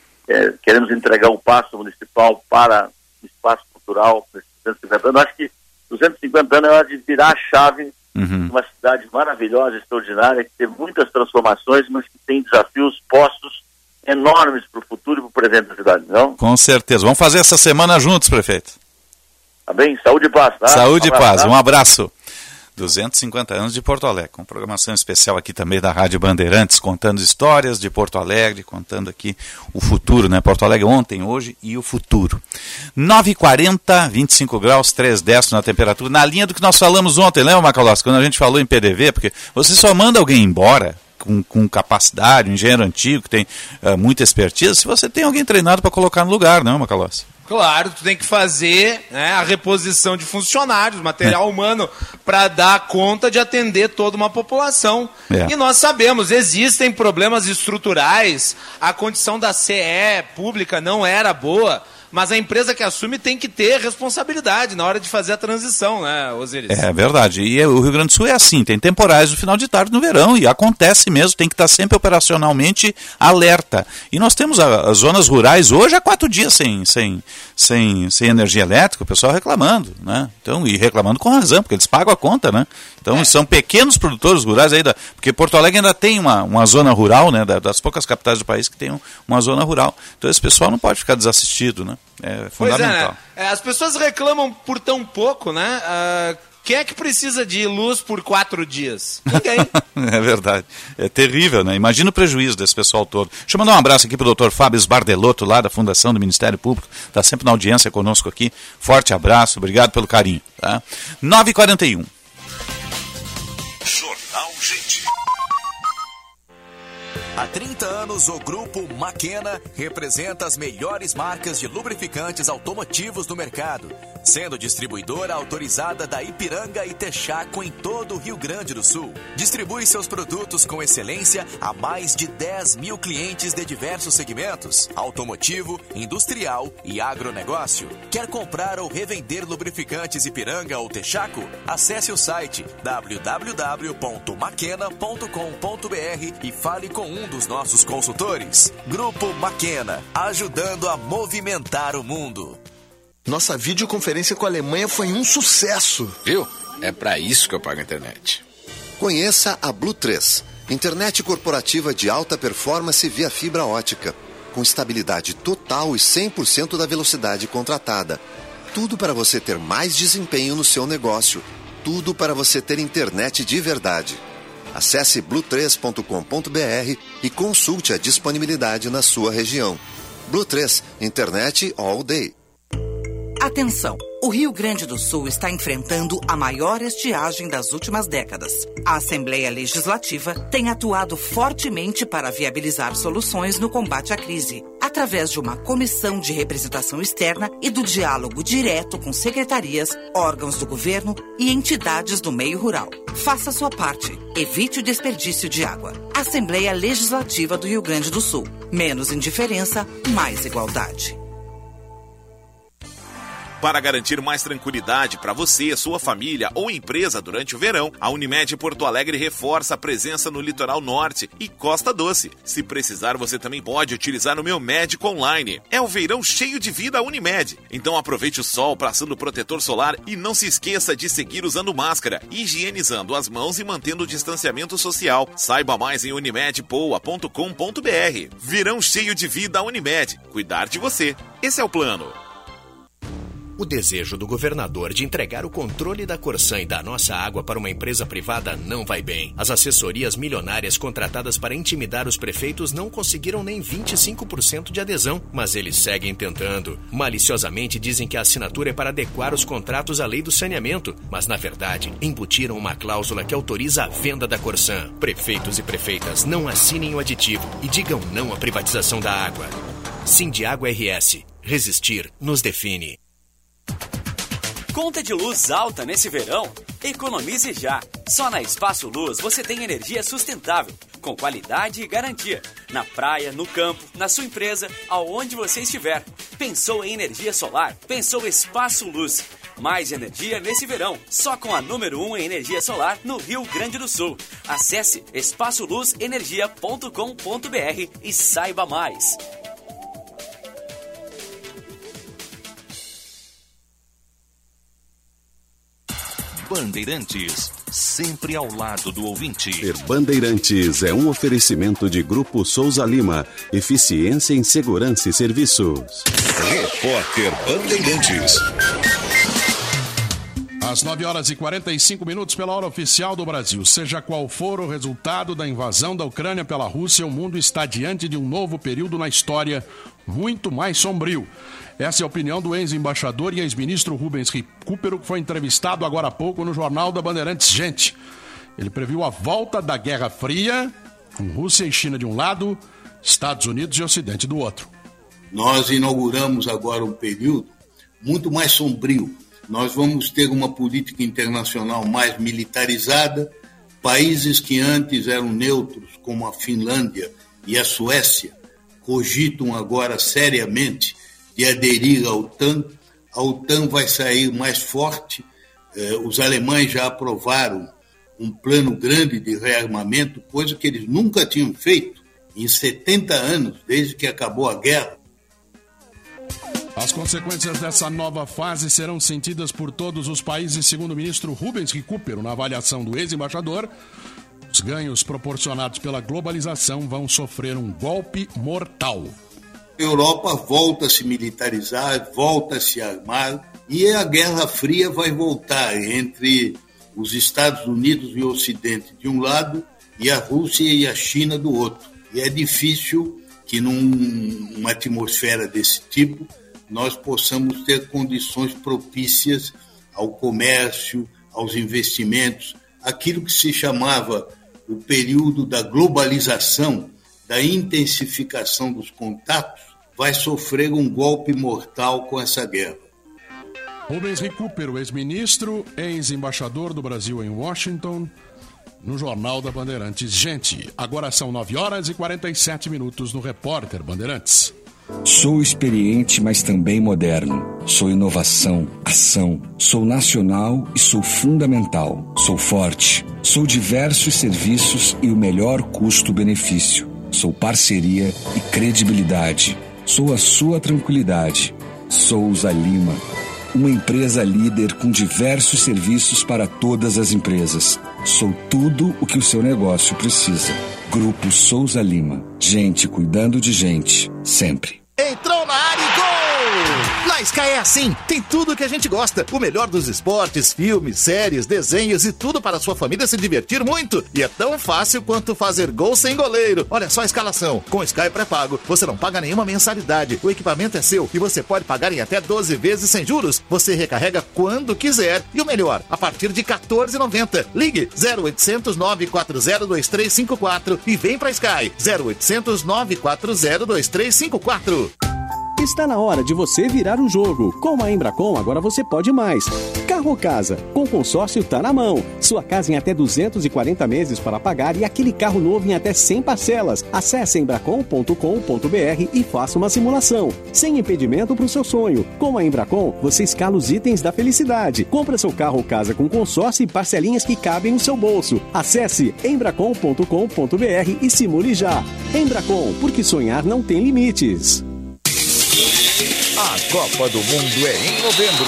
É, queremos entregar um passo municipal para o espaço cultural nesses duzentos e cinquenta anos. Acho que duzentos e cinquenta anos é hora de virar a chave uhum. de uma cidade maravilhosa, extraordinária, que tem muitas transformações, mas que tem desafios postos enormes para o futuro e para o presente da cidade, não? Com certeza. Vamos fazer essa semana juntos, prefeito. Tá bem? Saúde e paz, tá? Saúde um e paz, tá? Um abraço. duzentos e cinquenta anos de Porto Alegre, com programação especial aqui também da Rádio Bandeirantes, contando histórias de Porto Alegre, contando aqui o futuro, né? Porto Alegre ontem, hoje e o futuro. nove e quarenta, vinte e cinco graus, três décimos na temperatura, na linha do que nós falamos ontem, lembra, Macalossi, quando a gente falou em P D V, porque você só manda alguém embora com, com capacidade, um engenheiro antigo que tem uh, muita expertise, se você tem alguém treinado para colocar no lugar, não, Macalossi? Claro, tu tem que fazer, né, a reposição de funcionários, material humano, para dar conta de atender toda uma população. É. E nós sabemos, existem problemas estruturais, a condição da C E pública não era boa, mas a empresa que assume tem que ter responsabilidade na hora de fazer a transição, né, Osiris? É verdade. E o Rio Grande do Sul é assim, tem temporais no final de tarde no verão, e acontece mesmo, tem que estar sempre operacionalmente alerta. E nós temos as zonas rurais hoje há quatro dias sem, sem, sem, sem energia elétrica, o pessoal reclamando, né? Então, e reclamando com razão, porque eles pagam a conta, né? Então, é. são pequenos produtores rurais aí, da, porque Porto Alegre ainda tem uma, uma zona rural, né, das poucas capitais do país que tem uma zona rural. Então, esse pessoal não pode ficar desassistido, né? É fundamental. Pois é, né? As pessoas reclamam por tão pouco, né? Uh, quem é que precisa de luz por quatro dias? Ninguém. É verdade. É terrível, né? Imagina o prejuízo desse pessoal todo. Deixa eu mandar um abraço aqui para o doutor Fábio Sbardelotto, lá da Fundação do Ministério Público. Está sempre na audiência conosco aqui. Forte abraço, obrigado pelo carinho. Tá? nove e quarenta e um. Jornal Gente. Há trinta anos, o Grupo Makena representa as melhores marcas de lubrificantes automotivos do mercado, sendo distribuidora autorizada da Ipiranga e Texaco em todo o Rio Grande do Sul. Distribui seus produtos com excelência a mais de dez mil clientes de diversos segmentos: automotivo, industrial e agronegócio. Quer comprar ou revender lubrificantes Ipiranga ou Texaco? Acesse o site w w w ponto makena ponto com ponto b r e fale com um dos nossos consultores. Grupo Makena, ajudando a movimentar o mundo. Nossa videoconferência com a Alemanha foi um sucesso. Viu? É pra isso que eu pago a internet. Conheça a Blue três, internet corporativa de alta performance via fibra ótica, com estabilidade total e cem por cento da velocidade contratada. Tudo para você ter mais desempenho no seu negócio. Tudo para você ter internet de verdade. Acesse blue três ponto com ponto b r e consulte a disponibilidade na sua região. Blue três, internet all day. Atenção! O Rio Grande do Sul está enfrentando a maior estiagem das últimas décadas. A Assembleia Legislativa tem atuado fortemente para viabilizar soluções no combate à crise, através de uma comissão de representação externa e do diálogo direto com secretarias, órgãos do governo e entidades do meio rural. Faça sua parte. Evite o desperdício de água. Assembleia Legislativa do Rio Grande do Sul. Menos indiferença, mais igualdade. Para garantir mais tranquilidade para você, sua família ou empresa durante o verão, a Unimed Porto Alegre reforça a presença no litoral norte e Costa Doce. Se precisar, você também pode utilizar o Meu Médico Online. É o verão cheio de vida Unimed. Então aproveite o sol passando protetor solar e não se esqueça de seguir usando máscara, higienizando as mãos e mantendo o distanciamento social. Saiba mais em unimed poa ponto com ponto b r. Verão cheio de vida Unimed. Cuidar de você. Esse é o plano. O desejo do governador de entregar o controle da Corsan e da nossa água para uma empresa privada não vai bem. As assessorias milionárias contratadas para intimidar os prefeitos não conseguiram nem vinte e cinco por cento de adesão, mas eles seguem tentando. Maliciosamente dizem que a assinatura é para adequar os contratos à lei do saneamento, mas na verdade embutiram uma cláusula que autoriza a venda da Corsan. Prefeitos e prefeitas, não assinem o aditivo e digam não à privatização da água. Sindiágua R S. Resistir nos define. Conta de luz alta nesse verão? Economize já! Só na Espaço Luz você tem energia sustentável, com qualidade e garantia. Na praia, no campo, na sua empresa, aonde você estiver. Pensou em energia solar? Pensou Espaço Luz. Mais energia nesse verão, só com a número um em energia solar no Rio Grande do Sul. Acesse espaço luz energia ponto com ponto b r e saiba mais. Bandeirantes, sempre ao lado do ouvinte. Ser Bandeirantes é um oferecimento de Grupo Souza Lima, eficiência em segurança e serviços. Repórter Bandeirantes. Às nove horas e quarenta e cinco minutos pela hora oficial do Brasil. Seja qual for o resultado da invasão da Ucrânia pela Rússia, o mundo está diante de um novo período na história muito mais sombrio. Essa é a opinião do ex-embaixador e ex-ministro Rubens Recupero, que foi entrevistado agora há pouco no Jornal da Bandeirantes Gente. Ele previu a volta da Guerra Fria com Rússia e China de um lado, Estados Unidos e Ocidente do outro. Nós inauguramos agora um período muito mais sombrio. Nós vamos ter uma política internacional mais militarizada. Países que antes eram neutros, como a Finlândia e a Suécia, cogitam agora seriamente de aderir à OTAN. A OTAN vai sair mais forte. Eh, os alemães já aprovaram um plano grande de rearmamento, coisa que eles nunca tinham feito em setenta anos, desde que acabou a guerra. As consequências dessa nova fase serão sentidas por todos os países, segundo o ministro Rubens Recupero, na avaliação do ex-embaixador. Os ganhos proporcionados pela globalização vão sofrer um golpe mortal. A Europa volta a se militarizar, volta a se armar, e a Guerra Fria vai voltar entre os Estados Unidos e o Ocidente de um lado e a Rússia e a China do outro. E é difícil que numa atmosfera desse tipo nós possamos ter condições propícias ao comércio, aos investimentos, aquilo que se chamava o período da globalização, da intensificação dos contatos, vai sofrer um golpe mortal com essa guerra. Rubens Recupero, ex-ministro, ex-embaixador do Brasil em Washington, no Jornal da Bandeirantes. Gente, agora são nove horas e quarenta e sete minutos no Repórter Bandeirantes. Sou experiente, mas também moderno. Sou inovação, ação. Sou nacional e sou fundamental. Sou forte. Sou diversos serviços e o melhor custo-benefício. Sou parceria e credibilidade. Sou a sua tranquilidade. Souza Lima. Uma empresa líder com diversos serviços para todas as empresas. Sou tudo o que o seu negócio precisa. Grupo Souza Lima. Gente cuidando de gente, sempre. Entrou na área e gol! Na Sky é assim, tem tudo que a gente gosta. O melhor dos esportes, filmes, séries, desenhos e tudo para a sua família se divertir muito. E é tão fácil quanto fazer gol sem goleiro. Olha só a escalação. Com Sky pré-pago, você não paga nenhuma mensalidade. O equipamento é seu e você pode pagar em até doze vezes sem juros. Você recarrega quando quiser. E o melhor, a partir de quatorze reais e noventa centavos. Ligue zero oitocentos, nove quatro zero, dois três cinco quatro e vem pra Sky. zero oitocentos, nove quatro zero, dois três cinco quatro. Está na hora de você virar o jogo. Com a Embracon, agora você pode mais. Carro ou casa? Com consórcio tá na mão. Sua casa em até duzentos e quarenta meses para pagar e aquele carro novo em até cem parcelas. Acesse embracon ponto com ponto br e faça uma simulação. Sem impedimento para o seu sonho. Com a Embracon, você escala os itens da felicidade. Compra seu carro ou casa com consórcio e parcelinhas que cabem no seu bolso. Acesse embracon ponto com ponto br e simule já. Embracon, porque sonhar não tem limites. A Copa do Mundo é em novembro.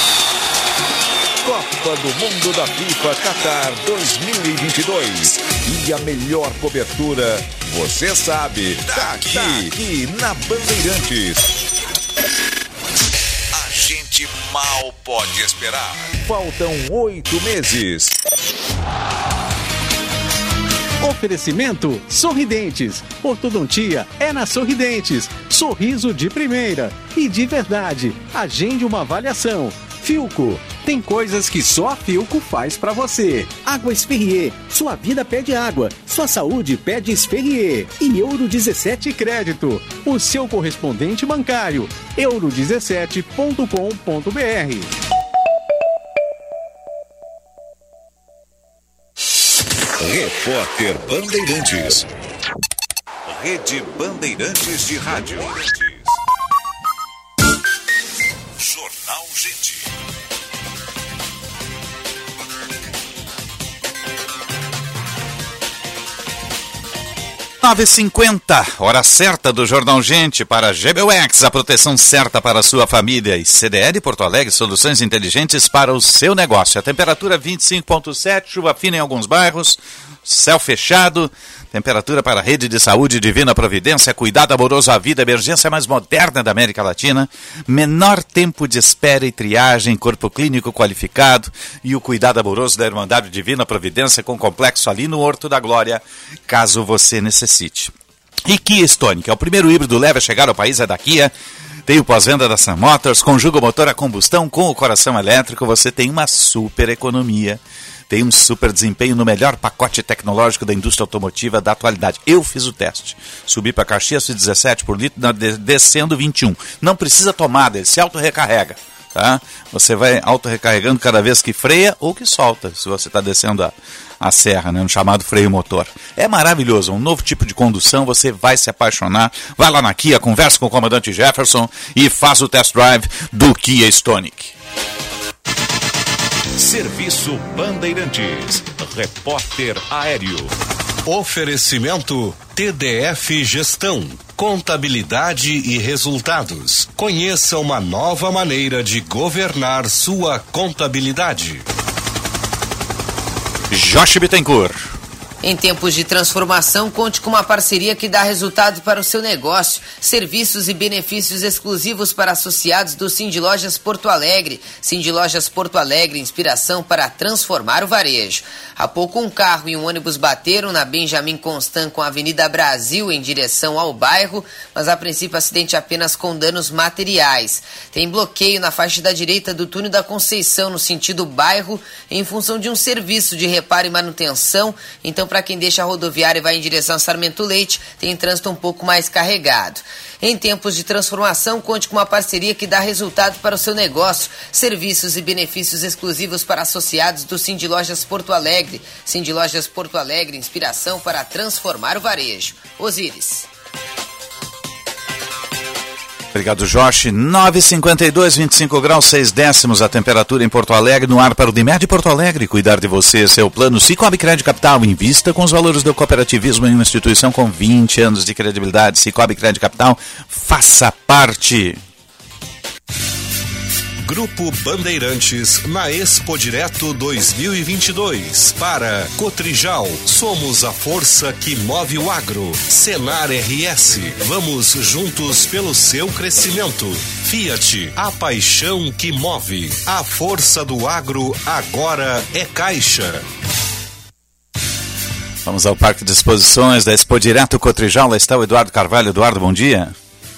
Copa do Mundo da FIFA Qatar dois mil e vinte e dois. E a melhor cobertura, você sabe, tá aqui, tá aqui na Bandeirantes. A gente mal pode esperar. Faltam oito meses. Oferecimento Sorridentes. Ortodontia é na Sorridentes. Sorriso de primeira e de verdade. Agende uma avaliação. Filco. Tem coisas que só a Filco faz pra você. Água Esferrier. Sua vida pede água. Sua saúde pede Esferrier. E Euro dezessete Crédito. O seu correspondente bancário. euro dezessete ponto com ponto br. Repórter Bandeirantes. Rede Bandeirantes de Rádio. Jornal Gente. nove e cinquenta, hora certa do Jornal Gente para G B U X, a proteção certa para a sua família, e C D L Porto Alegre, soluções inteligentes para o seu negócio. A temperatura vinte e cinco vírgula sete, chuva fina em alguns bairros, céu fechado, temperatura para a Rede de Saúde Divina Providência, cuidado amoroso à vida, emergência mais moderna da América Latina, menor tempo de espera e triagem, corpo clínico qualificado e o cuidado amoroso da Irmandade Divina Providência com complexo ali no Horto da Glória, caso você necessite. E Kia Stone, que é o primeiro híbrido leve a chegar ao país, é da Kia. Tem o pós-venda da Sun Motors, conjuga o motor a combustão com o coração elétrico, você tem uma super economia. tem um super desempenho no melhor pacote tecnológico da indústria automotiva da atualidade. Eu fiz o teste. Subi para Caxias, dezessete por litro, descendo vinte e um. Não precisa tomada, ele se auto-recarrega. Tá? Você vai auto-recarregando cada vez que freia ou que solta, se você está descendo a, a serra, né? No chamado freio motor. É maravilhoso, um novo tipo de condução, você vai se apaixonar. Vai lá na Kia, conversa com o comandante Jefferson e faz o test drive do Kia Stonic. Serviço Bandeirantes. Repórter Aéreo. Oferecimento T D F Gestão, Contabilidade e Resultados. Conheça uma nova maneira de governar sua contabilidade. Josh Bittencourt. Em tempos de transformação, conte com uma parceria que dá resultado para o seu negócio. Serviços e benefícios exclusivos para associados do Cindy Lojas Porto Alegre. Cindy Lojas Porto Alegre, inspiração para transformar o varejo. Há pouco um carro e um ônibus bateram na Benjamin Constant com a Avenida Brasil em direção ao bairro, mas a princípio acidente apenas com danos materiais. Tem bloqueio na faixa da direita do túnel da Conceição no sentido bairro em função de um serviço de reparo e manutenção. Então, para quem deixa a rodoviária e vai em direção a Sarmento Leite, tem trânsito um pouco mais carregado. Em tempos de transformação, conte com uma parceria que dá resultado para o seu negócio. Serviços e benefícios exclusivos para associados do Cindy Lojas Porto Alegre. Cindy Lojas Porto Alegre, inspiração para transformar o varejo. Osíris. Obrigado, Josh. nove e cinquenta e dois, vinte e cinco graus, seis décimos a temperatura em Porto Alegre, no ar para o Unimed Porto Alegre. Cuidar de você, seu plano Cicobi Crédito Capital. Invista com os valores do cooperativismo em uma instituição com vinte anos de credibilidade. Cicobi Crédito Capital, faça parte. Grupo Bandeirantes na Expo Direto dois mil e vinte e dois. Para Cotrijal, somos a força que move o agro. Senar R S, vamos juntos pelo seu crescimento. Fiat, a paixão que move. A força do agro agora é Caixa. Vamos ao Parque de Exposições da Expo Direto Cotrijal. Lá está o Eduardo Carvalho. Eduardo, bom dia.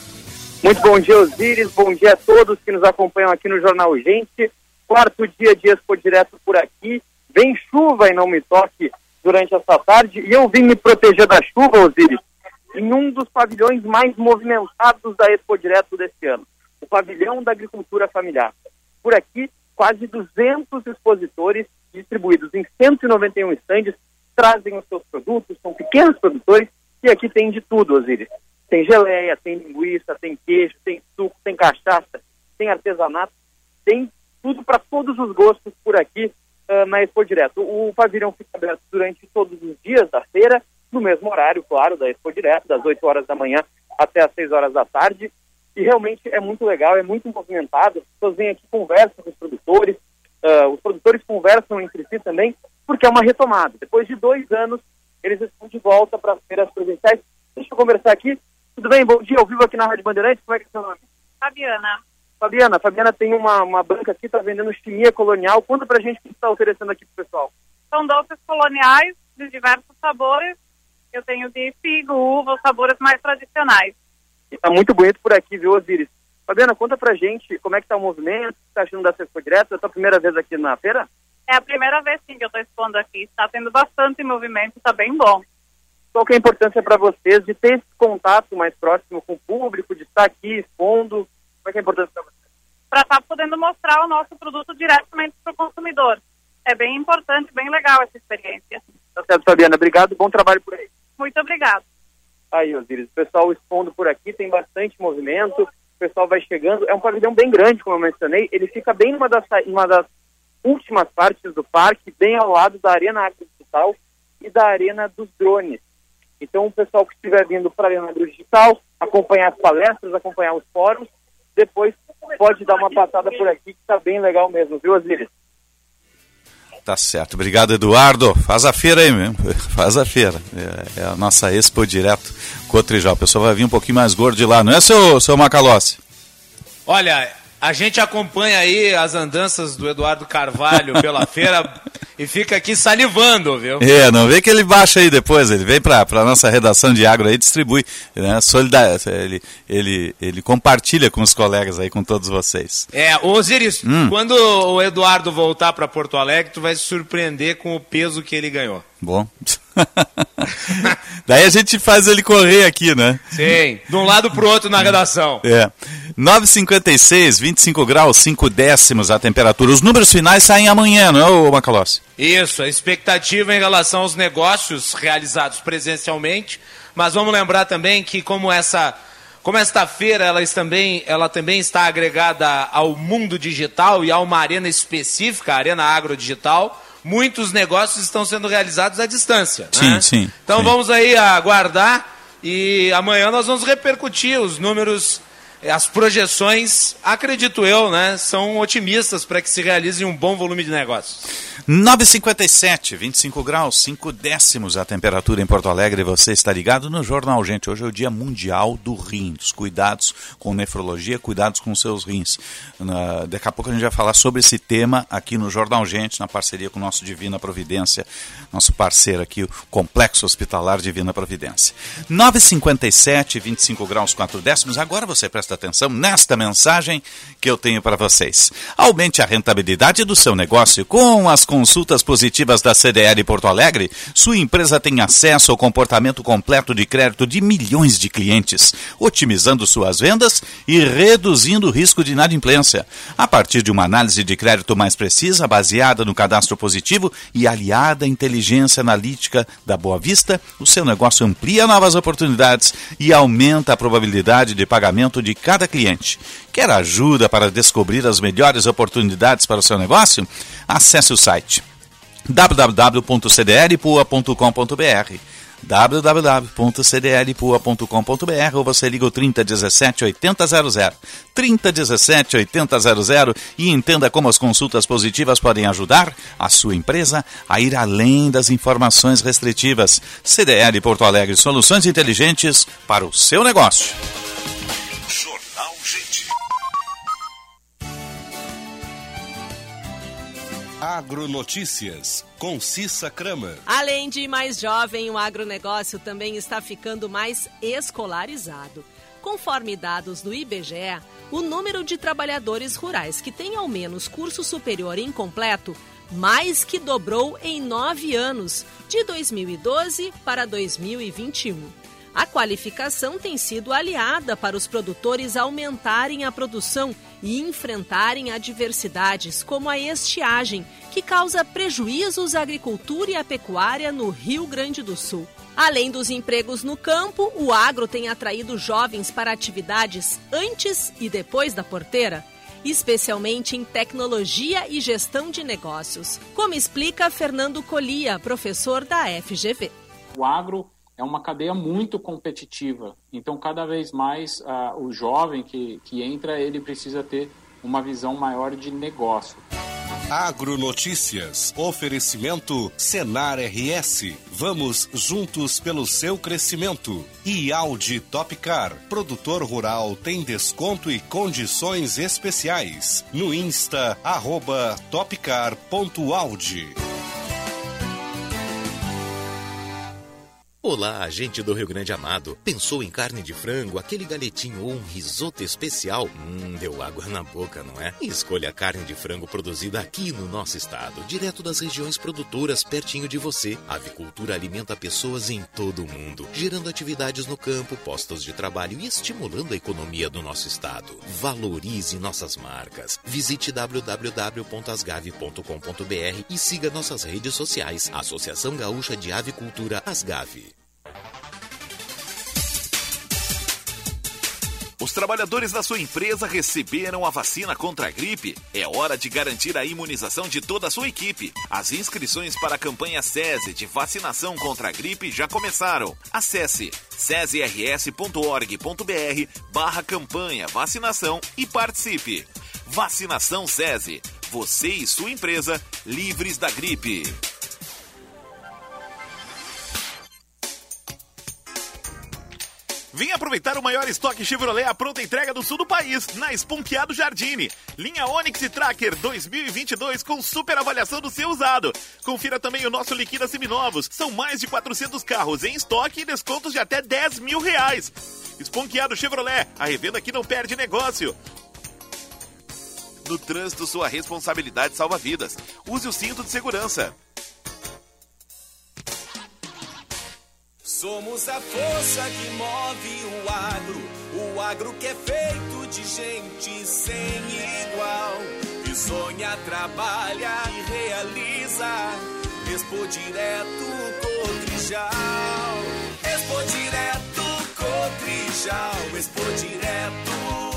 Muito bom dia, Osíris. Bom dia a todos que nos acompanham aqui no Jornal Gente. Quarto dia de Expo Direto por aqui. Vem chuva e não me toque durante essa tarde. E eu vim me proteger da chuva, Osíris, em um dos pavilhões mais movimentados da Expo Direto deste ano. O Pavilhão da Agricultura Familiar. Por aqui, quase duzentos expositores distribuídos em cento e noventa e um estandes trazem os seus produtos, são pequenos produtores e aqui tem de tudo, Osíris. Tem geleia, tem linguiça, tem queijo, tem suco, tem cachaça, tem artesanato, tem tudo para todos os gostos por aqui uh, na Expo Direto. O pavilhão fica aberto durante todos os dias da feira, no mesmo horário, claro, da Expo Direto, das oito horas da manhã até as seis horas da tarde. E realmente é muito legal, é muito movimentado. As pessoas vêm aqui, conversam com os produtores, uh, os produtores conversam entre si também, porque é uma retomada. Depois de dois anos, eles estão de volta para as feiras presenciais. Deixa eu conversar aqui. Tudo bem? Bom dia, ao vivo aqui na Rádio Bandeirantes. Como é que é o seu nome? Fabiana. Fabiana, Fabiana tem uma, uma banca aqui, está vendendo chimia colonial. Conta pra gente o que está oferecendo aqui pro pessoal. São doces coloniais de diversos sabores. Eu tenho de figo, uva, os sabores mais tradicionais. Está muito bonito por aqui, viu, Osíris? Fabiana, conta pra gente como é que está o movimento, o que está achando da Expo Direto? É a sua primeira vez aqui na feira? É a primeira vez, sim, que eu estou expondo aqui. Está tendo bastante movimento, está bem bom. Qual que é a importância para vocês de ter esse contato mais próximo com o público, de estar aqui expondo? Qual é, que é a importância para vocês? Para estar podendo mostrar o nosso produto diretamente para o consumidor. É bem importante, bem legal essa experiência. Tá certo, Fabiana. Obrigado. Bom trabalho por aí. Muito obrigado. Aí, Osíris, o pessoal expondo por aqui, tem bastante movimento, o pessoal vai chegando. É um pavilhão bem grande, como eu mencionei. Ele fica bem numa das, numa das últimas partes do parque, bem ao lado da Arena Agrodigital e da Arena dos Drones. Então, o pessoal que estiver vindo para a Arena Digital, acompanhar as palestras, acompanhar os fóruns, depois pode dar uma passada por aqui, que está bem legal mesmo, viu, Osíris? Tá certo. Obrigado, Eduardo. Faz a feira aí mesmo. Faz a feira. É, é a nossa Expo Direto Cotrijal. O pessoal vai vir um pouquinho mais gordo de lá, não é, seu, seu Macalossi? Olha, A gente acompanha aí as andanças do Eduardo Carvalho pela feira e fica aqui salivando, viu? É, não vê que ele baixa aí depois, ele vem para a nossa redação de agro aí e distribui, né? Solidar, ele, ele, ele compartilha com os colegas aí, com todos vocês. É, Osiris, hum. quando o Eduardo voltar para Porto Alegre, tu vai se surpreender com o peso que ele ganhou. Bom. Daí a gente faz ele correr aqui, né? Sim, de um lado pro outro na redação. É. nove e cinquenta e seis, vinte e cinco graus, cinco décimos a temperatura. Os números finais saem amanhã, não é, ô Macalossi? Isso, a expectativa em relação aos negócios realizados presencialmente, mas vamos lembrar também que como essa... Como esta feira ela também, ela também está agregada ao mundo digital e a uma arena específica, a Arena Agro Digital, muitos negócios estão sendo realizados à distância. Sim, né? sim. Então sim. vamos aí aguardar e amanhã nós vamos repercutir os números, as projeções, acredito eu, né, são otimistas para que se realize um bom volume de negócios. nove e cinquenta e sete, vinte e cinco graus, cinco décimos a temperatura em Porto Alegre. Você está ligado no Jornal Gente. Hoje é o Dia Mundial do Rim. Dos cuidados com nefrologia, cuidados com seus rins. Na, daqui a pouco a gente vai falar sobre esse tema aqui no Jornal Gente, na parceria com o nosso Divina Providência, nosso parceiro aqui, o Complexo Hospitalar Divina Providência. nove e cinquenta e sete, vinte e cinco graus, quatro décimos. Agora você presta atenção nesta mensagem que eu tenho para vocês. Aumente a rentabilidade do seu negócio com as consultas positivas da C D L Porto Alegre. Sua empresa tem acesso ao comportamento completo de crédito de milhões de clientes, otimizando suas vendas e reduzindo o risco de inadimplência. A partir de uma análise de crédito mais precisa, baseada no cadastro positivo e aliada à inteligência analítica da Boa Vista, o seu negócio amplia novas oportunidades e aumenta a probabilidade de pagamento de cada cliente. Quer ajuda para descobrir as melhores oportunidades para o seu negócio? Acesse o site w w w ponto c d l pua ponto com ponto b r w w w ponto c d l pua ponto com ponto b r ou você liga o trinta dezessete oitenta zero zero, trinta dezessete oitenta zero zero e entenda como as consultas positivas podem ajudar a sua empresa a ir além das informações restritivas. C D L Porto Alegre, soluções inteligentes para o seu negócio. Jornal Gente. Agronotícias, com Cissa Kramer. Além de mais jovem, o agronegócio também está ficando mais escolarizado. Conforme dados do I B G E, o número de trabalhadores rurais que têm ao menos curso superior incompleto mais que dobrou em nove anos, de dois mil e doze para dois mil e vinte e um. A qualificação tem sido aliada para os produtores aumentarem a produção e enfrentarem adversidades como a estiagem, que causa prejuízos à agricultura e à pecuária no Rio Grande do Sul. Além dos empregos no campo, o agro tem atraído jovens para atividades antes e depois da porteira, especialmente em tecnologia e gestão de negócios, como explica Fernando Colia, professor da F G V. O agro é uma cadeia muito competitiva, então cada vez mais uh, o jovem que, que entra, ele precisa ter uma visão maior de negócio. Agronotícias, oferecimento Senar R S, vamos juntos pelo seu crescimento. E Audi Topcar, produtor rural tem desconto e condições especiais. No Insta, arroba topcar ponto audi. Olá, gente do Rio Grande Amado. Pensou em carne de frango, aquele galetinho ou um risoto especial? Hum, deu água na boca, não é? Escolha a carne de frango produzida aqui no nosso estado, direto das regiões produtoras, pertinho de você. A avicultura alimenta pessoas em todo o mundo, gerando atividades no campo, postos de trabalho e estimulando a economia do nosso estado. Valorize nossas marcas. Visite w w w ponto asgave ponto com ponto b r e siga nossas redes sociais. Associação Gaúcha de Avicultura Asgave. Os trabalhadores da sua empresa receberam a vacina contra a gripe? É hora de garantir a imunização de toda a sua equipe. As inscrições para a campanha SESI de vacinação contra a gripe já começaram. Acesse sesirs ponto org ponto b r barra campanha vacinação e participe. Vacinação SESI. Você e sua empresa livres da gripe. Vem aproveitar o maior estoque Chevrolet à pronta entrega do sul do país, na Esponqueado Jardine. Linha Onix e Tracker dois mil e vinte e dois com super avaliação do seu usado. Confira também o nosso Liquida Seminovos. São mais de quatrocentos carros em estoque e descontos de até dez mil reais. Esponqueado Chevrolet, a revenda que não perde negócio. No trânsito, sua responsabilidade salva vidas. Use o cinto de segurança. Somos a força que move o agro, o agro que é feito de gente sem igual, que sonha, trabalha e realiza. Expo Direto Cotrijal, Expo Direto Cotrijal, Expo Direto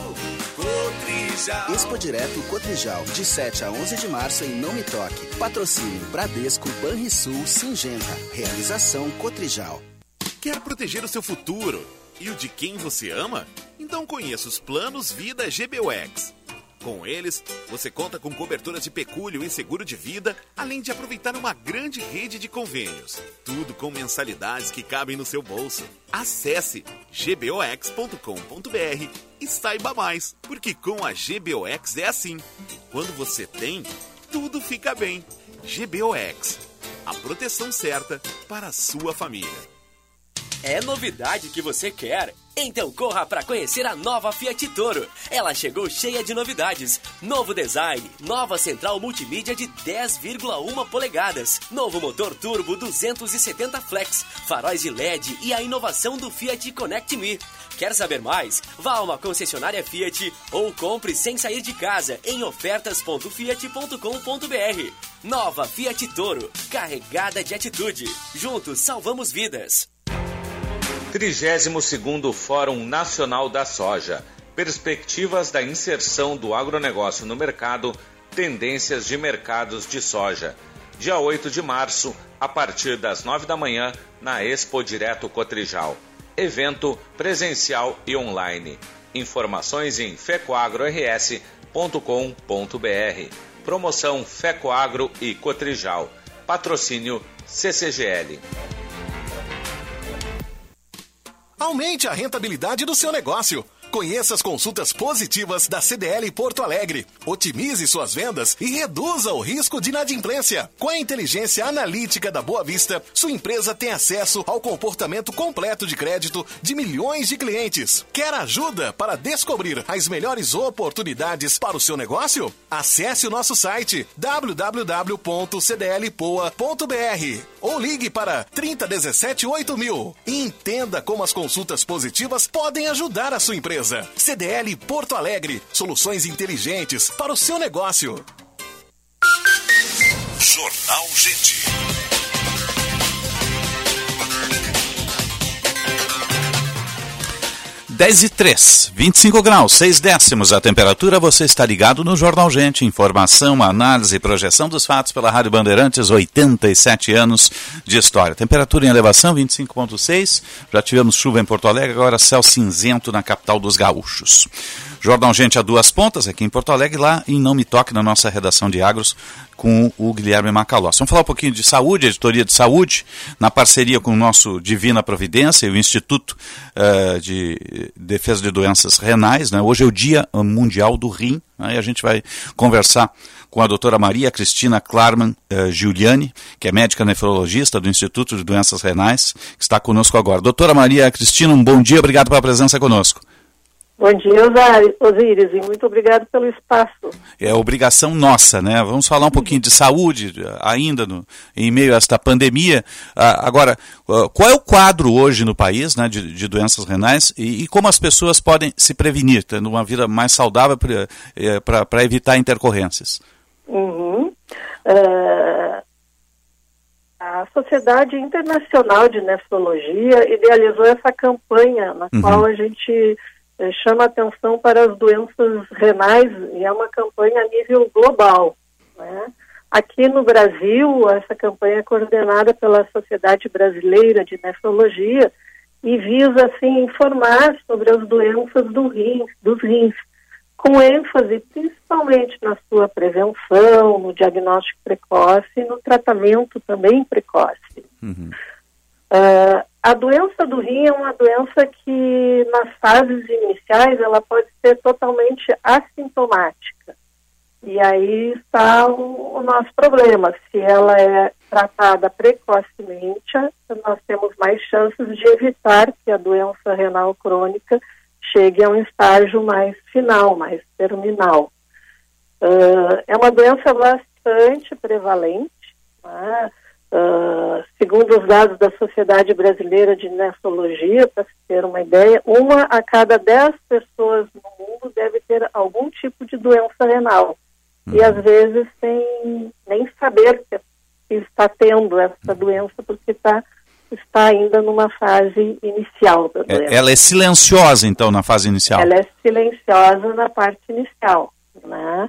Cotrijal. Expo Direto Cotrijal, de sete a onze de março em Não Me Toque. Patrocínio Bradesco, Banrisul, Singenta. Realização Cotrijal. Quer proteger o seu futuro e o de quem você ama? Então conheça os planos Vida G B U X. Com eles, você conta com coberturas de pecúlio e seguro de vida, além de aproveitar uma grande rede de convênios. Tudo com mensalidades que cabem no seu bolso. Acesse g b o x ponto com ponto b r e saiba mais, porque com a G B O X é assim. Quando você tem, tudo fica bem. G B O X, a proteção certa para a sua família. É novidade que você quer? Então corra para conhecer a nova Fiat Toro. Ela chegou cheia de novidades. Novo design, nova central multimídia de dez vírgula um polegadas, novo motor turbo duzentos e setenta flex, faróis de L E D e a inovação do Fiat Connect Me. Quer saber mais? Vá a uma concessionária Fiat ou compre sem sair de casa em ofertas ponto fiat ponto com ponto b r. Nova Fiat Toro, carregada de atitude. Juntos salvamos vidas. trigésimo segundo Fórum Nacional da Soja. Perspectivas da inserção do agronegócio no mercado, tendências de mercados de soja. Dia oito de março, a partir das nove da manhã, na Expo Direto Cotrijal. Evento presencial e online. Informações em fecoagro r s ponto com ponto b r. Promoção Fecoagro e Cotrijal. Patrocínio C C G L. Aumente a rentabilidade do seu negócio. Conheça as consultas positivas da C D L Porto Alegre. Otimize suas vendas e reduza o risco de inadimplência. Com a inteligência analítica da Boa Vista, sua empresa tem acesso ao comportamento completo de crédito de milhões de clientes. Quer ajuda para descobrir as melhores oportunidades para o seu negócio? Acesse o nosso site w w w ponto c d l poa ponto b r ou ligue para trinta dezessete oito mil e entenda como as consultas positivas podem ajudar a sua empresa. C D L Porto Alegre, soluções inteligentes para o seu negócio. Jornal Gente. dez e três, vinte e cinco graus, seis décimos a temperatura. Você está ligado no Jornal Gente. Informação, análise e projeção dos fatos pela Rádio Bandeirantes, oitenta e sete anos de história. Temperatura em elevação, vinte e cinco vírgula seis. Já tivemos chuva em Porto Alegre, agora céu cinzento na capital dos gaúchos. Jornal Gente a duas pontas, aqui em Porto Alegre, lá em Não Me Toque, na nossa redação de agros, com o Guilherme Macalós. Vamos falar um pouquinho de saúde, editoria de saúde, na parceria com o nosso Divina Providência e o Instituto uh, de Defesa de Doenças Renais, né? Hoje é o Dia Mundial do Rim, né? E a gente vai conversar com a doutora Maria Cristina Klarman uh, Giuliani, que é médica nefrologista do Instituto de Doenças Renais, que está conosco agora. Doutora Maria Cristina, um bom dia, obrigado pela presença conosco. Bom dia, Osíris, e muito obrigado pelo espaço. É obrigação nossa, né? Vamos falar um pouquinho de saúde ainda no, em meio a esta pandemia. Ah, agora, qual é o quadro hoje no país, né, de, de doenças renais e, e como as pessoas podem se prevenir, tendo uma vida mais saudável para evitar intercorrências? Uhum. Uh, a Sociedade Internacional de Nefrologia idealizou essa campanha na uhum. qual a gente chama atenção para as doenças renais e é uma campanha a nível global, né? Aqui no Brasil, essa campanha é coordenada pela Sociedade Brasileira de Nefrologia e visa, assim, informar sobre as doenças do rim, dos rins, com ênfase principalmente na sua prevenção, no diagnóstico precoce e no tratamento também precoce. Uhum. Uh, a doença do rim é uma doença que, nas fases iniciais, ela pode ser totalmente assintomática. E aí está o, o nosso problema. Se ela é tratada precocemente, nós temos mais chances de evitar que a doença renal crônica chegue a um estágio mais final, mais terminal. Uh, é uma doença bastante prevalente, né? Uh, segundo os dados da Sociedade Brasileira de Nefrologia, para se ter uma ideia, uma a cada dez pessoas no mundo deve ter algum tipo de doença renal. Uhum. E às vezes sem nem saber que está tendo essa doença, porque tá, está ainda numa fase inicial da doença. Ela é silenciosa, então, na fase inicial? Ela é silenciosa na parte inicial, né?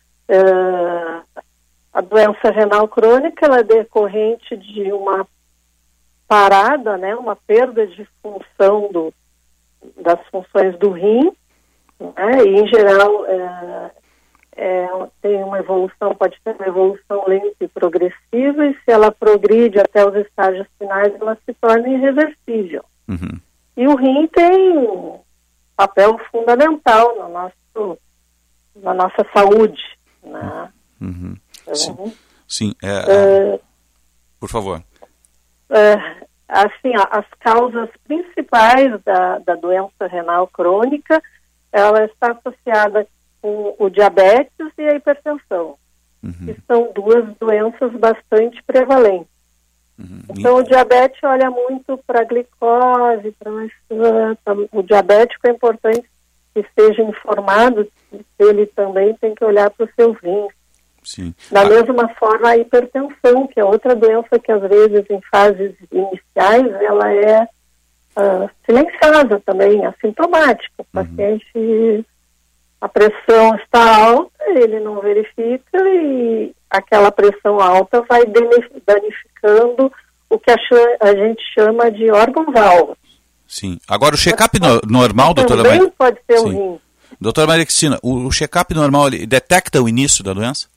Uh, a doença renal crônica, ela é decorrente de uma parada, né, uma perda de função do, das funções do rim, né, e em geral é, é, tem uma evolução, pode ter uma evolução lenta e progressiva, e se ela progride até os estágios finais, ela se torna irreversível. Uhum. E o rim tem um papel fundamental no nosso, na nossa saúde, né? Uhum. Sim, sim é, uh, por favor. Uh, assim, ó, as causas principais da, da doença renal crônica, ela está associada com o diabetes e a hipertensão, uhum. que são duas doenças bastante prevalentes. Uhum. Então, o diabetes olha muito para a glicose, para o diabético é importante que esteja informado, ele também tem que olhar para o seu rim. Sim. Da ah. mesma forma, a hipertensão, que é outra doença que às vezes em fases iniciais ela é uh, silenciosa também, assintomática. O paciente, uhum. a pressão está alta, ele não verifica e aquela pressão alta vai danificando o que a, a gente chama de órgão-válvula. Sim. Agora o check-up no, normal, doutora Maria... Também pode ser o rim. Doutora Maria Cristina, o, o check-up normal ele detecta o início da doença?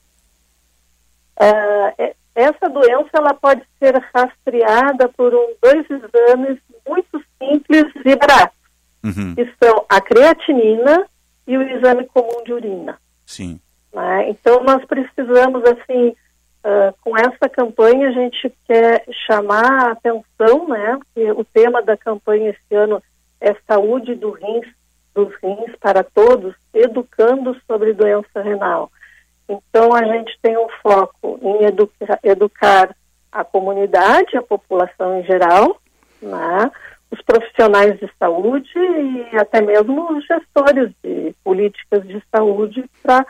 Uh, essa doença ela pode ser rastreada por um, dois exames muito simples e baratos, uhum. que são a creatinina e o exame comum de urina. Sim. Né? Então nós precisamos, assim, uh, com essa campanha a gente quer chamar a atenção, né? Porque o tema da campanha esse ano é saúde do rins, dos rins para todos, educando sobre doença renal. Então, a gente tem um foco em educa- educar a comunidade, a população em geral, né, os profissionais de saúde e até mesmo os gestores de políticas de saúde para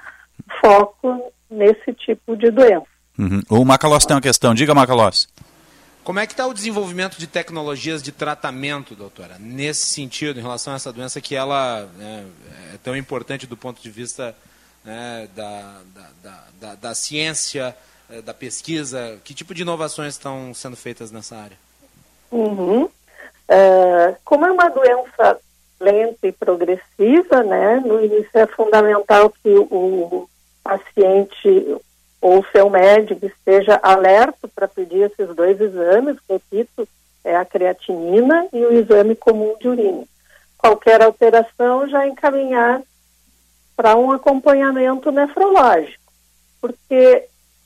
foco nesse tipo de doença. Uhum. O Macalós tem uma questão. Diga, Macalós. Como é que está o desenvolvimento de tecnologias de tratamento, doutora, nesse sentido, em relação a essa doença que ela né, é tão importante do ponto de vista... Né, da, da, da, da, da ciência, da pesquisa, que tipo de inovações estão sendo feitas nessa área? Uhum. Uh, como é uma doença lenta e progressiva, né, no início é fundamental que o paciente ou seu médico esteja alerta para pedir esses dois exames, repito, é a creatinina e o exame comum de urina. Qualquer alteração já encaminhar para um acompanhamento nefrológico, porque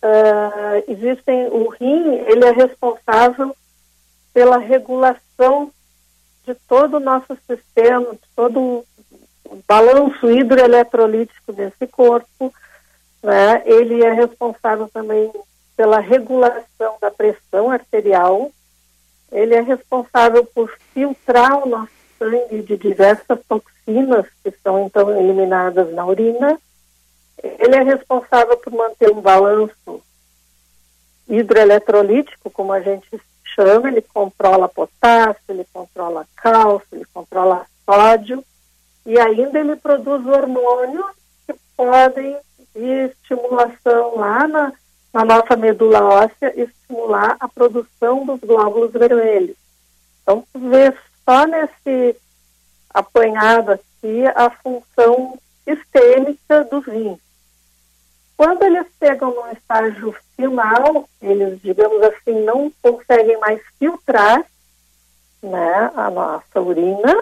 uh, existem, o rim, ele é responsável pela regulação de todo o nosso sistema, de todo o balanço hidroeletrolítico desse corpo, né? Ele é responsável também pela regulação da pressão arterial, ele é responsável por filtrar o nosso sangue de diversas toxinas que são então eliminadas na urina. Ele é responsável por manter um balanço hidroeletrolítico, como a gente chama, ele controla potássio, ele controla cálcio, ele controla sódio, e ainda ele produz hormônios que podem de estimulação lá na, na nossa medula óssea, estimular a produção dos glóbulos vermelhos. Então, tu vê só nesse apanhado aqui a função sistêmica dos rins. Quando eles chegam no estágio final, eles, digamos assim, não conseguem mais filtrar, né, a nossa urina,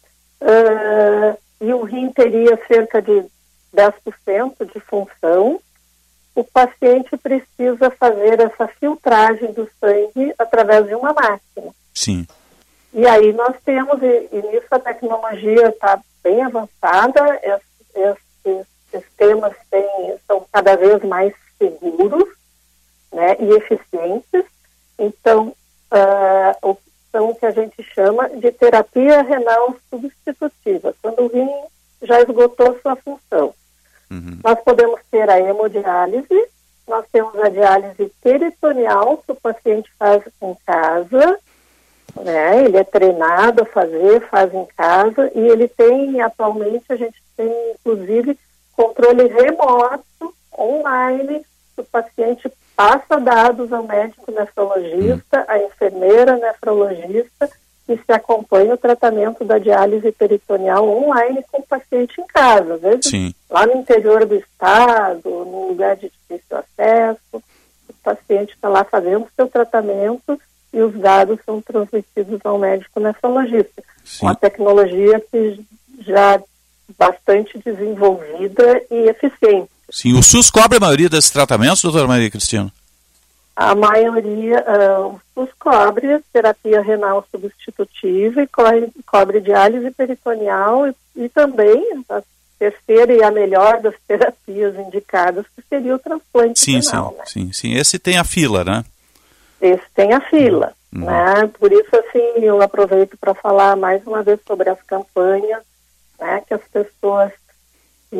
uh, e o rim teria cerca de dez por cento de função. O paciente precisa fazer essa filtragem do sangue através de uma máquina. Sim. E aí nós temos, e, e nisso a tecnologia está bem avançada, esses, esses sistemas têm, são cada vez mais seguros, né, e eficientes. Então, a uh, opção que a gente chama de terapia renal substitutiva, quando o rim já esgotou sua função. Uhum. Nós podemos ter a hemodiálise, nós temos a diálise peritoneal, que o paciente faz em casa, né? Ele é treinado a fazer, faz em casa, e ele tem, atualmente, a gente tem, inclusive, controle remoto, online, o paciente passa dados ao médico nefrologista, à enfermeira nefrologista, e se acompanha o tratamento da diálise peritoneal online com o paciente em casa. Às vezes, Sim. lá no interior do estado, num lugar de difícil acesso, o paciente está lá fazendo o seu tratamento e os dados são transmitidos ao médico nefrologista. Sim. Uma tecnologia que já bastante desenvolvida e eficiente. Sim, o SUS cobre a maioria desses tratamentos, doutora Maria Cristina? A maioria, uh, o SUS cobre terapia renal substitutiva e cobre, cobre diálise peritoneal e, e também a terceira e a melhor das terapias indicadas, que seria o transplante sim, renal. Sim, né? sim, sim. Esse tem a fila, né? Esse tem a fila, uhum. né? Por isso, assim, eu aproveito para falar mais uma vez sobre as campanhas, né? Que as pessoas se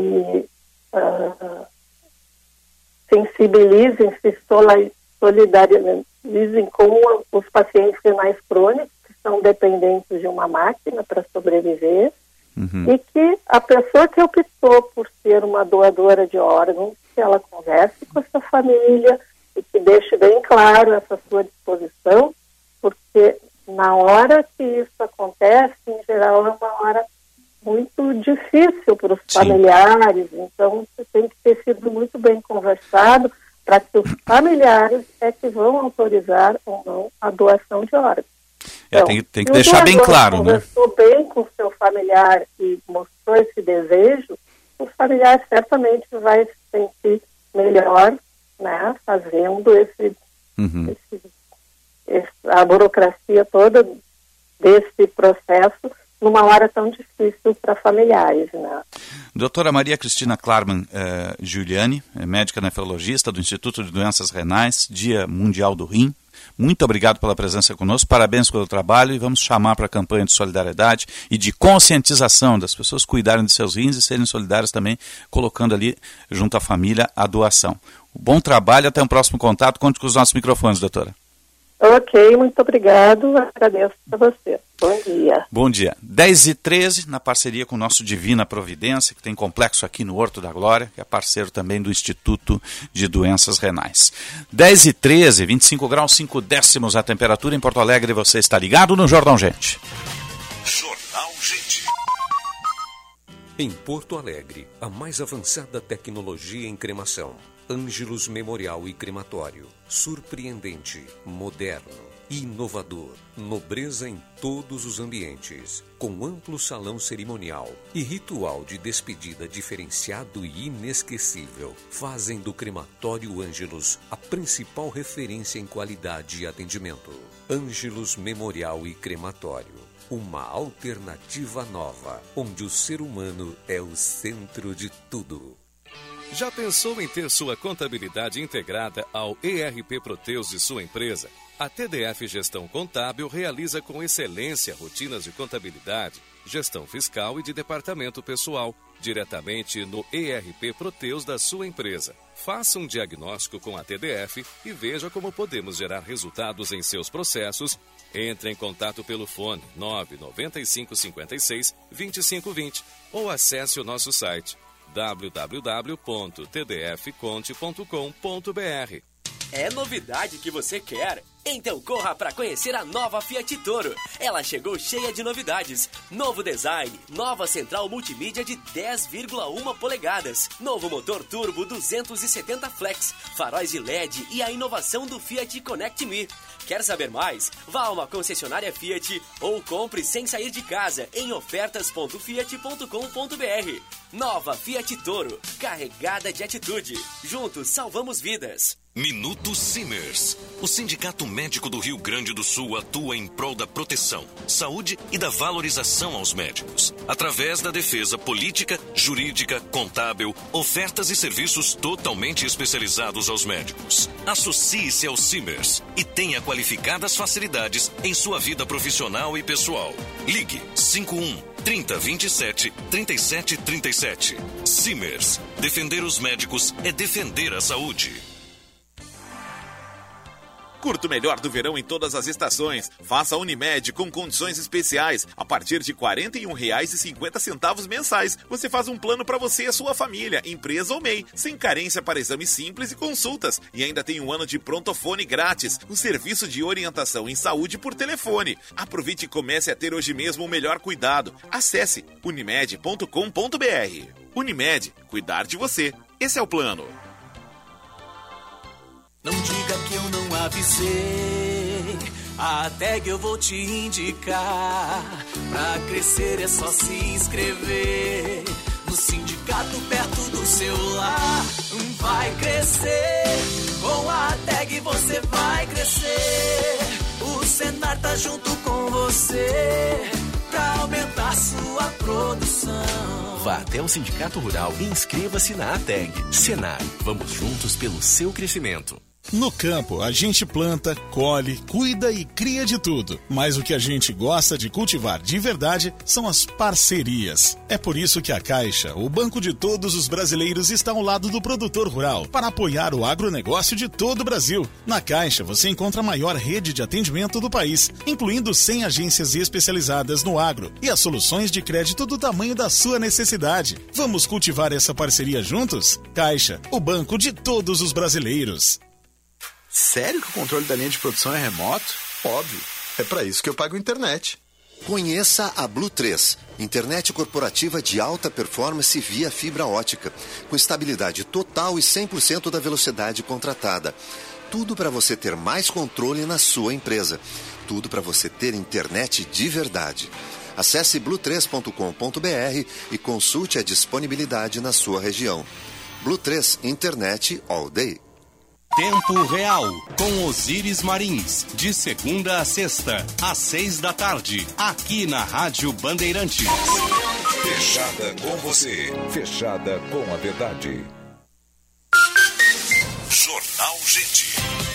uh, sensibilizem, se solidarizem com os pacientes renais crônicos, que são dependentes de uma máquina para sobreviver, uhum. e que a pessoa que optou por ser uma doadora de órgãos, que ela converse com essa família e que deixe bem claro essa sua disposição, porque na hora que isso acontece, em geral, é uma hora muito difícil para os familiares, então tem que ter sido muito bem conversado para que os familiares é que vão autorizar ou não a doação de órgãos. É, então, tem, tem que deixar bem claro, né? Se conversou bem com o seu familiar e mostrou esse desejo, o familiar certamente vai se sentir melhor, né, fazendo esse, uhum. esse, esse, a burocracia toda desse processo numa hora tão difícil para familiares, né? Doutora Maria Cristina Klarman eh, Giuliani, médica nefrologista do Instituto de Doenças Renais, Dia Mundial do Rim. Muito obrigado pela presença conosco, parabéns pelo trabalho e vamos chamar para a campanha de solidariedade e de conscientização das pessoas cuidarem de seus rins e serem solidários também, colocando ali junto à família a doação. Bom trabalho, até um próximo contato, conte com os nossos microfones, doutora. Ok, muito obrigado, agradeço a você. Bom dia. Bom dia. dez e treze, na parceria com o nosso Divina Providência, que tem complexo aqui no Horto da Glória, que é parceiro também do Instituto de Doenças Renais. dez e treze, vinte e cinco graus, cinco décimos a temperatura em Porto Alegre. Você está ligado no Jornal Gente. Jornal Gente. Em Porto Alegre, a mais avançada tecnologia em cremação. Ângelos Memorial e Crematório. Surpreendente, moderno, inovador, nobreza em todos os ambientes, com amplo salão cerimonial e ritual de despedida diferenciado e inesquecível, fazem do Crematório Ângelos a principal referência em qualidade e atendimento. Ângelos Memorial e Crematório. Uma alternativa nova, onde o ser humano é o centro de tudo. Já pensou em ter sua contabilidade integrada ao E R P Proteus de sua empresa? A T D F Gestão Contábil realiza com excelência rotinas de contabilidade, gestão fiscal e de departamento pessoal, diretamente no E R P Proteus da sua empresa. Faça um diagnóstico com a T D F e veja como podemos gerar resultados em seus processos. Entre em contato pelo fone nove nove cinco cinco seis, dois cinco dois zero ou acesse o nosso site w w w ponto t d f conte ponto com ponto b r. É novidade que você quer? Então corra para conhecer a nova Fiat Toro. Ela chegou cheia de novidades. Novo design, nova central multimídia de dez vírgula um polegadas, novo motor turbo duzentos e setenta flex, faróis de L E D e a inovação do Fiat Connect Me. Quer saber mais? Vá a uma concessionária Fiat ou compre sem sair de casa em ofertas ponto fiat ponto com ponto br. Nova Fiat Toro, carregada de atitude. Juntos salvamos vidas. Minuto Simers. O Sindicato Médico do Rio Grande do Sul atua em prol da proteção, saúde e da valorização aos médicos, através da defesa política, jurídica, contábil, ofertas e serviços totalmente especializados aos médicos. Associe-se ao Simers e tenha qualificadas facilidades em sua vida profissional e pessoal. Ligue cinco um, trinta, vinte e sete, trinta e sete, trinta e sete. Simers. Defender os médicos é defender a saúde. Curta o melhor do verão em todas as estações. Faça a Unimed com condições especiais. A partir de quarenta e um reais e cinquenta centavos mensais, você faz um plano para você e a sua família, empresa ou M E I, sem carência para exames simples e consultas. E ainda tem um ano de prontofone grátis, o serviço de orientação em saúde por telefone. Aproveite e comece a ter hoje mesmo o melhor cuidado. Acesse unimed ponto com ponto br. Unimed, cuidar de você. Esse é o plano. Não diga que eu não avisei, a tag eu vou te indicar. Pra crescer é só se inscrever no sindicato perto do seu lar. Vai crescer, com a tag você vai crescer. O Senar tá junto com você pra aumentar sua produção. Vá até o Sindicato Rural e inscreva-se na A T E G. Senar, vamos juntos pelo seu crescimento. No campo, a gente planta, colhe, cuida e cria de tudo. Mas o que a gente gosta de cultivar de verdade são as parcerias. É por isso que a Caixa, o banco de todos os brasileiros, está ao lado do produtor rural, para apoiar o agronegócio de todo o Brasil. Na Caixa, você encontra a maior rede de atendimento do país, incluindo cem agências especializadas no agro e as soluções de crédito do tamanho da sua necessidade. Vamos cultivar essa parceria juntos? Caixa, o banco de todos os brasileiros. Sério que o controle da linha de produção é remoto? Óbvio. É para isso que eu pago internet. Conheça a Blue três, internet corporativa de alta performance via fibra ótica, com estabilidade total e cem por cento da velocidade contratada. Tudo para você ter mais controle na sua empresa. Tudo para você ter internet de verdade. Acesse blue três ponto com ponto br e consulte a disponibilidade na sua região. Blue três, internet all day. Tempo Real, com Osíris Marins, de segunda a sexta, às seis da tarde, aqui na Rádio Bandeirantes. Fechada com você, fechada com a verdade. Jornal Gente.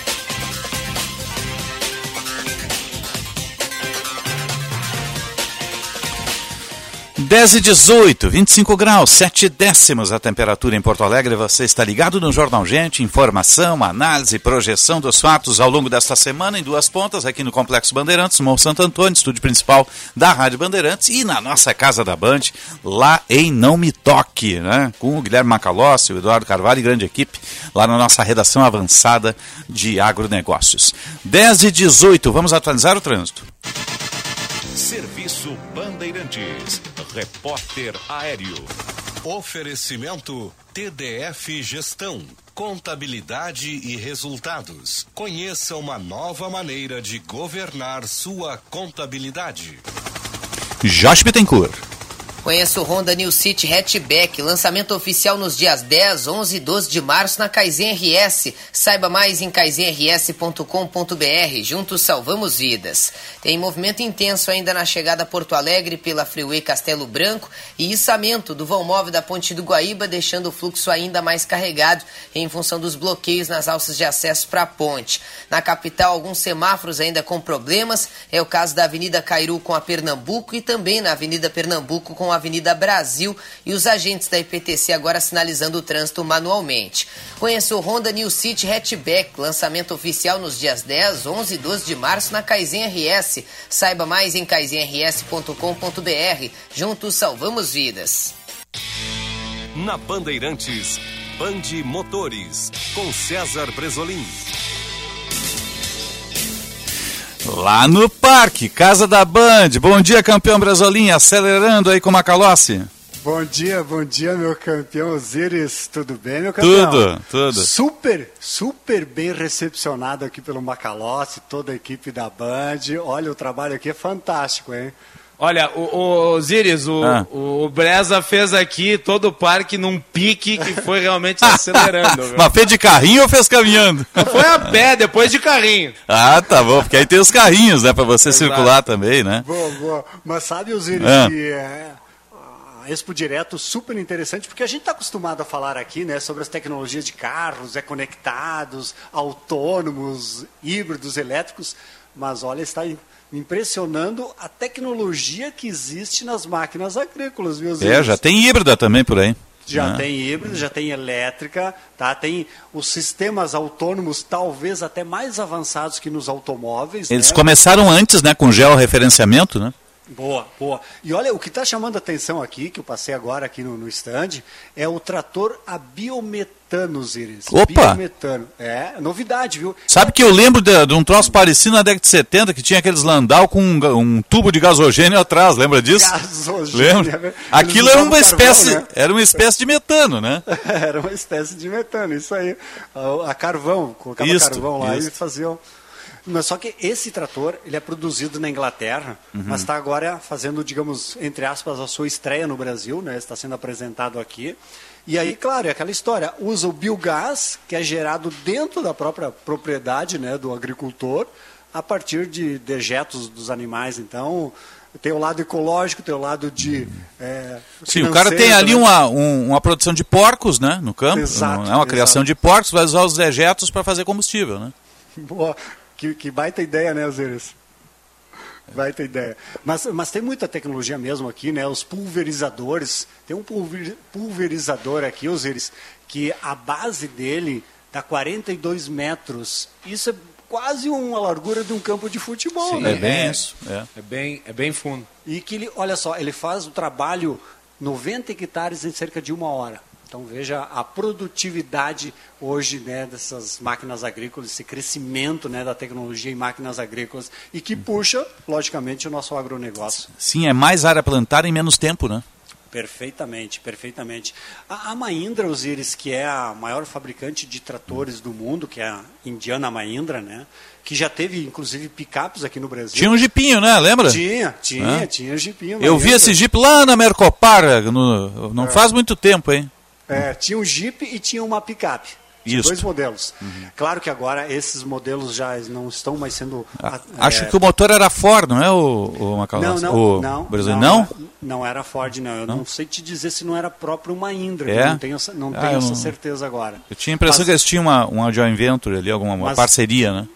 dez e dezoito, vinte e cinco graus, sete décimos a temperatura em Porto Alegre. Você está ligado no Jornal Gente, informação, análise, projeção dos fatos ao longo desta semana em duas pontas, aqui no Complexo Bandeirantes, no Morro Santo Antônio, estúdio principal da Rádio Bandeirantes, e na nossa casa da Band, lá em Não Me Toque, né? Com o Guilherme Macalossi, o Eduardo Carvalho e grande equipe, lá na nossa redação avançada de agronegócios. dez e dezoito, vamos atualizar o trânsito. Serviço Bandeirantes. Repórter Aéreo. Oferecimento T D F Gestão, Contabilidade e Resultados. Conheça uma nova maneira de governar sua contabilidade. Josh Bittencourt. Conheça o Honda New City Hatchback, lançamento oficial nos dias dez, onze e doze de março na Kaizen R S. Saiba mais em kaizen r s ponto com ponto br. Juntos salvamos vidas. Tem movimento intenso ainda na chegada a Porto Alegre pela Freeway Castelo Branco e içamento do vão móvel da Ponte do Guaíba, deixando o fluxo ainda mais carregado em função dos bloqueios nas alças de acesso para a ponte. Na capital, alguns semáforos ainda com problemas. É o caso da Avenida Cairu com a Pernambuco e também na Avenida Pernambuco com a Avenida Brasil, e os agentes da I P T C agora sinalizando o trânsito manualmente. Conheça o Honda New City Hatchback, lançamento oficial nos dias dez, onze e doze de março na Kaizen R S. Saiba mais em kaizen r s ponto com ponto br. Juntos salvamos vidas. Na Bandeirantes, Band Motores, com César Bresolim. Lá no parque, Casa da Band. Bom dia, campeão Brasolim, acelerando aí com o Macalossi. Bom dia, bom dia, meu campeão Osiris. Tudo bem, meu campeão? Tudo, tudo. Super, super bem recepcionado aqui pelo Macalossi, toda a equipe da Band. Olha, o trabalho aqui é fantástico, hein? Olha, o, o Osiris, o, ah. o, o Breza fez aqui todo o parque num pique que foi realmente acelerando. Mas fez de carrinho ou fez caminhando? Foi a pé, depois de carrinho. Ah, tá bom, porque aí tem os carrinhos, né, pra você Exato. circular também, né? Boa, boa. Mas sabe, Osiris, ah. que é, a Expo Direto super interessante, porque a gente está acostumado a falar aqui, né, sobre as tecnologias de carros, é, conectados, autônomos, híbridos, elétricos, mas olha, está impressionando a tecnologia que existe nas máquinas agrícolas, viu, Osiris? É, já tem híbrida também por aí. Já ah. tem híbrido, já tem elétrica, tá? Tem os sistemas autônomos talvez até mais avançados que nos automóveis. Eles né? começaram antes, né, com georreferenciamento, né? Boa, boa. E olha, o que está chamando a atenção aqui, que eu passei agora aqui no, no stand, é o trator a biometano, Osiris. Opa! Biometano. É, novidade, viu? Sabe que eu lembro de, de um troço parecido na década de setenta, que tinha aqueles Landau com um, um tubo de gasogênio atrás, lembra disso? Gasogênio. Lembra? Aquilo era uma espécie, carvão, né? Era uma espécie de metano, né? Era uma espécie de metano, isso aí. A, a carvão, colocava isto, carvão lá isto. E faziam... Mas só que esse trator, ele é produzido na Inglaterra, uhum. mas está agora fazendo, digamos, entre aspas, a sua estreia no Brasil, né? Está sendo apresentado aqui. E aí, claro, é aquela história, usa o biogás, que é gerado dentro da própria propriedade, né, do agricultor, a partir de dejetos dos animais. Então, tem o lado ecológico, tem o lado de... É, Sim, o cara tem ali uma, um, uma produção de porcos, né, no campo, exato, é uma criação exato. de porcos, vai usar os dejetos para fazer combustível, né? Boa. Que, que baita ideia, né, Osiris? Baita ideia. Mas, mas tem muita tecnologia mesmo aqui, né? Os pulverizadores. Tem um pulver, pulverizador aqui, Osiris, que a base dele dá quarenta e dois metros. Isso é quase uma largura de um campo de futebol, Sim, né? É bem isso. É. É, bem, é bem fundo. E que ele, olha só, ele faz o trabalho noventa hectares em cerca de uma hora. Então veja a produtividade hoje, né, dessas máquinas agrícolas, esse crescimento, né, da tecnologia em máquinas agrícolas e que puxa, logicamente, o nosso agronegócio. Sim, é mais área plantada em menos tempo, né? Perfeitamente, perfeitamente. A, a Mahindra, Osiris, que é a maior fabricante de tratores do mundo, que é a indiana Mahindra, né, que já teve, inclusive, picapes aqui no Brasil. Tinha um jipinho, né? Lembra? Tinha, tinha, ah. tinha jipinho. Eu vi esse jipe lá na Mercopar, no, não é. faz muito tempo, hein? É, tinha um Jeep e tinha uma picape. Isso. Dois modelos. Uhum. Claro que agora esses modelos já não estão mais sendo... Ah, é... Acho que o motor era Ford, não é, o, o Macalossi? Não, não, o não, Brasil, não, não? Não era Ford, não. Eu não, não sei te dizer se não era próprio Mahindra. É? Não tenho, não ah, tenho essa não... certeza agora. Eu tinha a impressão mas... que eles tinham uma, uma joint venture ali, alguma uma parceria, né?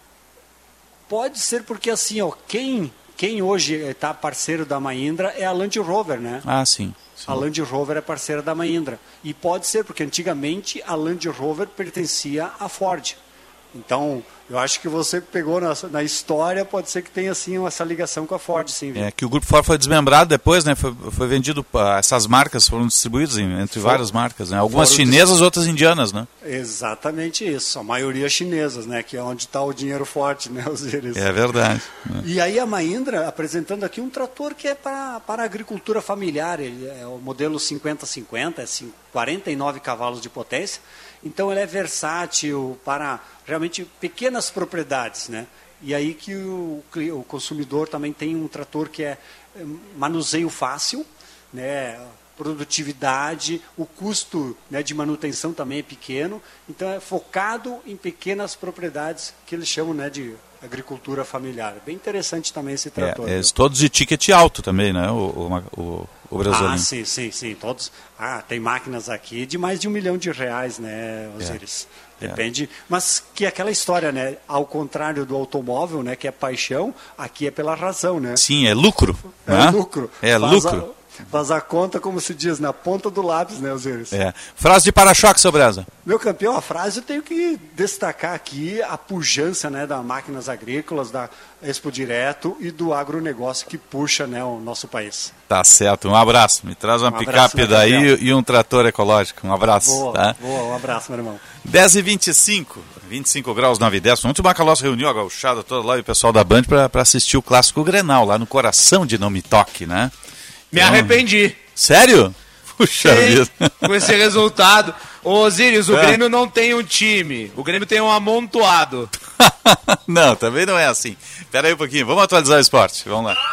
Pode ser porque assim, ó, quem, quem hoje está parceiro da Mahindra é a Land Rover, né? Ah, sim. Sim. A Land Rover é parceira da Mahindra. E pode ser, porque antigamente a Land Rover pertencia à Ford. Então, eu acho que você pegou na, na história, pode ser que tenha sim essa ligação com a Ford, sim. Viu? É que o Grupo Ford foi desmembrado depois, né? Foi, foi vendido, essas marcas foram distribuídas em, entre For, várias marcas, né? Algumas chinesas, outras indianas, né? Exatamente isso. A maioria chinesas, né? Que é onde está o dinheiro forte, né? Os eles. É verdade. E aí a Mahindra apresentando aqui um trator que é para, para a agricultura familiar. Ele é o modelo cinquenta cinquenta, é quarenta e nove cavalos de potência. Então ele é versátil para realmente pequenas propriedades, né? E aí que o, o consumidor também tem um trator que é manuseio fácil, né? Produtividade, o custo, né, de manutenção também é pequeno, então é focado em pequenas propriedades que eles chamam, né, de agricultura familiar. Bem interessante também esse trator. É, é, todos de ticket alto também, né, o, o, o Brasil. Ah, sim, sim, sim, todos. Ah, tem máquinas aqui de mais de um milhão de reais, né, Osiris? É. Depende, é. Mas que é aquela história, né, ao contrário do automóvel, né, que é paixão, aqui é pela razão, né? Sim, é lucro. É né? lucro. É faz lucro. A, Faz a conta, como se diz, na ponta do lápis, né, Osíris? É. Frase de para-choque, seu Brasa. Meu campeão, a frase eu tenho que destacar aqui a pujança, né, da Máquinas Agrícolas, da Expo Direto e do agronegócio que puxa, né, o nosso país. Tá certo, um abraço. Me traz uma Um picape abraço, daí e um trator ecológico. Um abraço. Boa, tá? boa, um abraço, meu irmão. dez e vinte e cinco, vinte e cinco graus, nove e dez. Ontem o Macalós reuniu a gauchada toda lá e o pessoal da Band para assistir o Clássico Grenal, lá no coração de Não Me Toque, né? Me então... arrependi. Sério? Puxa vida. Com esse resultado. Ô, Osíris, o é. Grêmio não tem um time. O Grêmio tem um amontoado. Não, também não é assim. Pera aí um pouquinho, vamos atualizar o esporte. Vamos lá.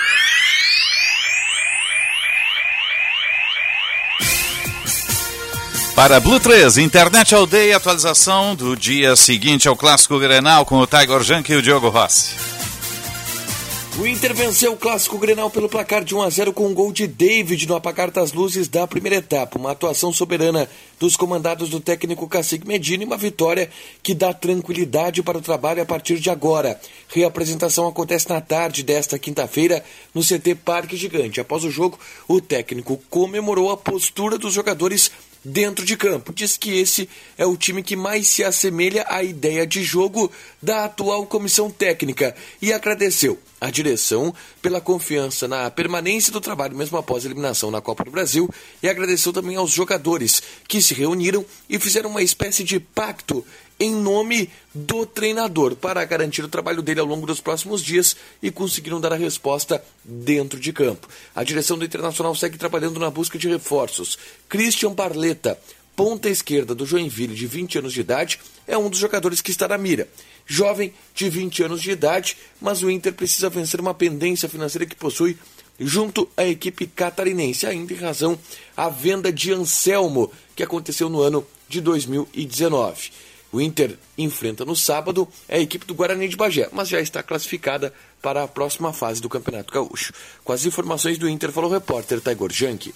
Para Blue três, Internet Aldeia, atualização do dia seguinte ao Clássico Grenal com o Tiger Junk e o Diogo Rossi. O Inter venceu o Clássico Grenal pelo placar de um a zero com um gol de David no apagar das luzes da primeira etapa. Uma atuação soberana dos comandados do técnico Cacique Medina e uma vitória que dá tranquilidade para o trabalho a partir de agora. Reapresentação acontece na tarde desta quinta-feira no C T Parque Gigante. Após o jogo, o técnico comemorou a postura dos jogadores dentro de campo. Diz que esse é o time que mais se assemelha à ideia de jogo da atual comissão técnica e agradeceu a direção pela confiança na permanência do trabalho mesmo após a eliminação na Copa do Brasil e agradeceu também aos jogadores que se reuniram e fizeram uma espécie de pacto em nome do treinador para garantir o trabalho dele ao longo dos próximos dias e conseguiram dar a resposta dentro de campo. A direção do Internacional segue trabalhando na busca de reforços. Christian Barletta, ponta esquerda do Joinville, de vinte anos de idade, é um dos jogadores que está na mira. Jovem, de vinte anos de idade, mas o Inter precisa vencer uma pendência financeira que possui junto à equipe catarinense, ainda em razão à venda de Anselmo, que aconteceu no ano de dois mil e dezenove. O Inter enfrenta no sábado a equipe do Guarani de Bagé, mas já está classificada para a próxima fase do Campeonato Gaúcho. Com as informações do Inter, falou o repórter Tiger Junk.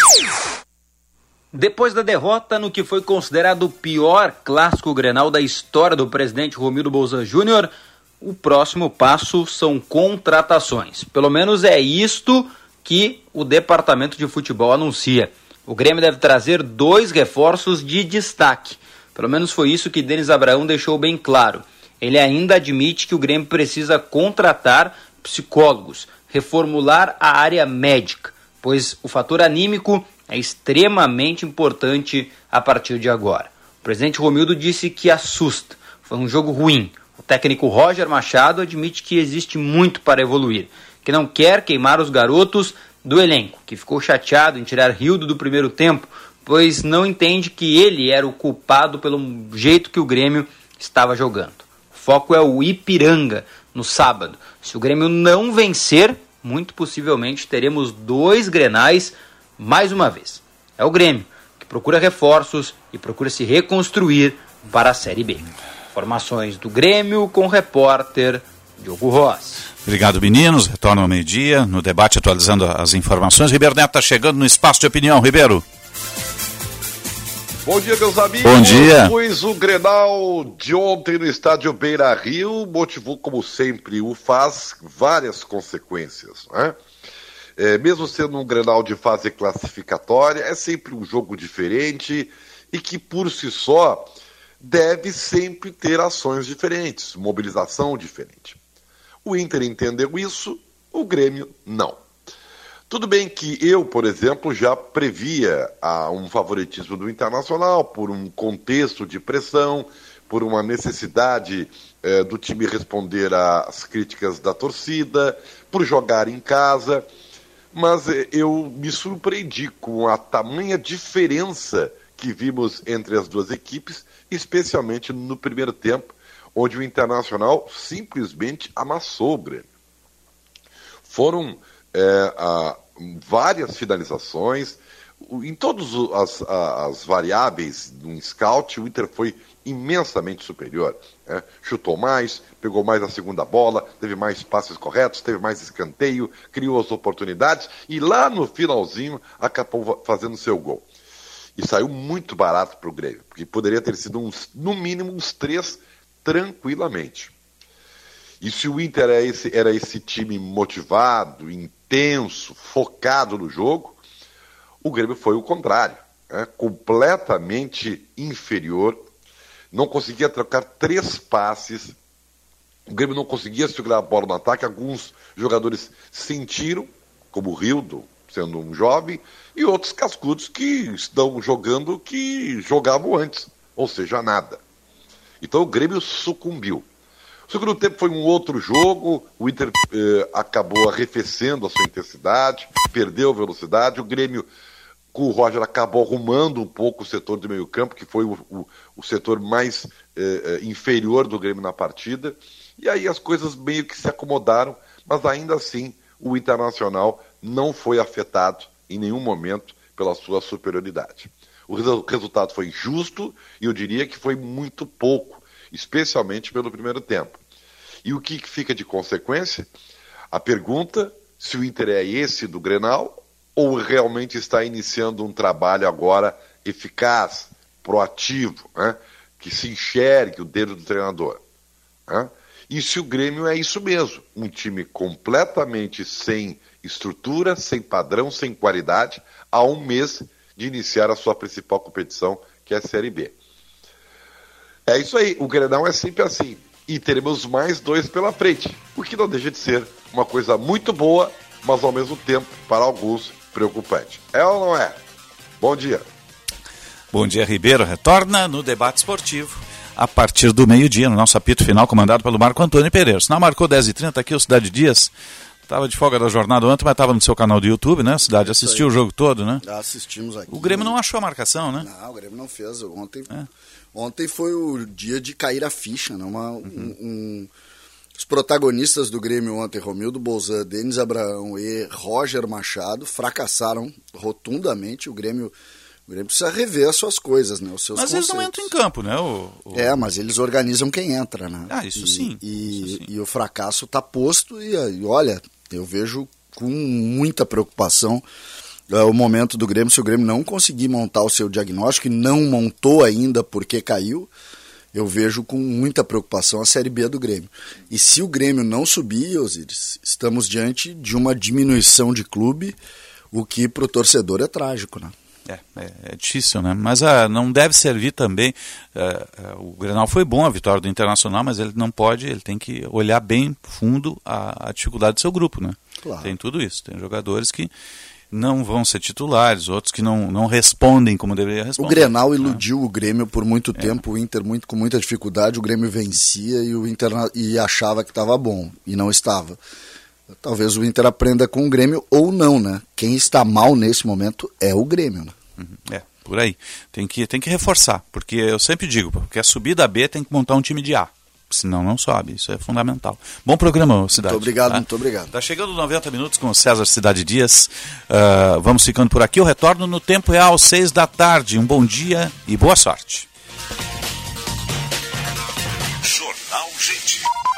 Depois da derrota no que foi considerado o pior clássico Grenal da história do presidente Romildo Bolzan Júnior, o próximo passo são contratações. Pelo menos é isto que o departamento de futebol anuncia. O Grêmio deve trazer dois reforços de destaque. Pelo menos foi isso que Denis Abraão deixou bem claro. Ele ainda admite que o Grêmio precisa contratar psicólogos, reformular a área médica, pois o fator anímico é extremamente importante a partir de agora. O presidente Romildo disse que assusta. Foi um jogo ruim. O técnico Roger Machado admite que existe muito para evoluir, que não quer queimar os garotos do elenco, que ficou chateado em tirar Rildo do primeiro tempo, pois não entende que ele era o culpado pelo jeito que o Grêmio estava jogando. O foco é o Ipiranga no sábado. Se o Grêmio não vencer, muito possivelmente teremos dois Grenais mais uma vez. É o Grêmio que procura reforços e procura se reconstruir para a Série B. Informações do Grêmio com o repórter Diogo Rossi. Obrigado, meninos. Retorno ao meio-dia no debate atualizando as informações. Ribeiro Neto está chegando no espaço de opinião. Ribeiro. Bom dia, meus amigos. Bom dia. Pois o Grenal de ontem no estádio Beira-Rio motivou, como sempre o faz, várias consequências, né? É, mesmo sendo um Grenal de fase classificatória, é sempre um jogo diferente e que, por si só, deve sempre ter ações diferentes, mobilização diferente. O Inter entendeu isso, o Grêmio não. Tudo bem que eu, por exemplo, já previa ah, um favoritismo do Internacional por um contexto de pressão, por uma necessidade eh, do time responder às críticas da torcida, por jogar em casa, mas eh, eu me surpreendi com a tamanha diferença que vimos entre as duas equipes, especialmente no primeiro tempo, onde o Internacional simplesmente amassou o Grêmio. Foram É, a, várias finalizações, em todas as, as variáveis do scout, o Inter foi imensamente superior. Né? Chutou mais, pegou mais a segunda bola, teve mais passes corretos, teve mais escanteio, criou as oportunidades e lá no finalzinho acabou fazendo seu gol. E saiu muito barato para o Grêmio, porque poderia ter sido uns, no mínimo uns três tranquilamente. E se o Inter era esse, era esse time motivado, tenso, focado no jogo. O Grêmio foi o contrário, né? Completamente inferior, não conseguia trocar três passes, o Grêmio não conseguia segurar a bola no ataque, alguns jogadores sentiram, como o Rildo, sendo um jovem, e outros cascudos que estão jogando que jogavam antes, ou seja, nada. Então o Grêmio sucumbiu. O segundo tempo foi um outro jogo, o Inter eh, acabou arrefecendo a sua intensidade, perdeu velocidade, o Grêmio com o Roger acabou arrumando um pouco o setor do meio campo, que foi o, o, o setor mais eh, inferior do Grêmio na partida, e aí as coisas meio que se acomodaram, mas ainda assim o Internacional não foi afetado em nenhum momento pela sua superioridade. O resu- resultado foi justo e eu diria que foi muito pouco, especialmente pelo primeiro tempo. E o que fica de consequência? A pergunta se o Inter é esse do Grenal ou realmente está iniciando um trabalho agora eficaz, proativo, né? Que se enxergue o dedo do treinador. Né? E se o Grêmio é isso mesmo, um time completamente sem estrutura, sem padrão, sem qualidade, há um mês de iniciar a sua principal competição, que é a Série B. É isso aí, o Grenal é sempre assim. E teremos mais dois pela frente, o que não deixa de ser uma coisa muito boa, mas ao mesmo tempo, para alguns, preocupante. É ou não é? Bom dia. Bom dia, Ribeiro. Retorna no debate esportivo a partir do meio-dia, no nosso apito final, comandado pelo Marco Antônio Pereira. Sinal marcou dez e trinta aqui, o Cidade Dias. Estava de folga da jornada ontem, mas estava no seu canal do YouTube, né? Cidade assistiu o jogo todo, né? Assistimos aqui. O Grêmio não achou a marcação, né? Não, o Grêmio não fez. Ontem, é. ontem foi o dia de cair a ficha, né? Uma, uhum. um, um, os protagonistas do Grêmio ontem, Romildo Bolzan, Denis Abraão e Roger Machado, fracassaram rotundamente. O Grêmio, o Grêmio precisa rever as suas coisas, né? Os seus mas conceitos. Eles não entram em campo, né? O, o... É, mas eles organizam quem entra, né? Ah, isso e, sim. E, isso sim. e o fracasso está posto e, e olha, eu vejo com muita preocupação uh, o momento do Grêmio. Se o Grêmio não conseguir montar o seu diagnóstico, e não montou ainda porque caiu, eu vejo com muita preocupação a Série B do Grêmio. E se o Grêmio não subir, Osíris, estamos diante de uma diminuição de clube, o que para o torcedor é trágico, né? É, é, é difícil, né? Mas ah, não deve servir também. Ah, ah, o Grenal foi bom, a vitória do Internacional, mas ele não pode, ele tem que olhar bem fundo a, a dificuldade do seu grupo, né? Claro. Tem tudo isso. Tem jogadores que não vão ser titulares, outros que não, não respondem como deveria responder. O Grenal iludiu ah. o Grêmio por muito é. tempo, o Inter muito, com muita dificuldade, o Grêmio vencia e o Inter e achava que estava bom, e não estava. Talvez o Inter aprenda com o Grêmio ou não, né? Quem está mal nesse momento é o Grêmio, né? Uhum. É, por aí. Tem que, tem que reforçar, porque eu sempre digo, porque a subida B tem que montar um time de A, senão não sobe, isso é fundamental. Bom programa, Cidade. Muito obrigado, tá? muito obrigado. Tá chegando noventa minutos com o César Cidade Dias, uh, vamos ficando por aqui, o retorno no tempo real, às seis da tarde, um bom dia e boa sorte. Jornal Gente.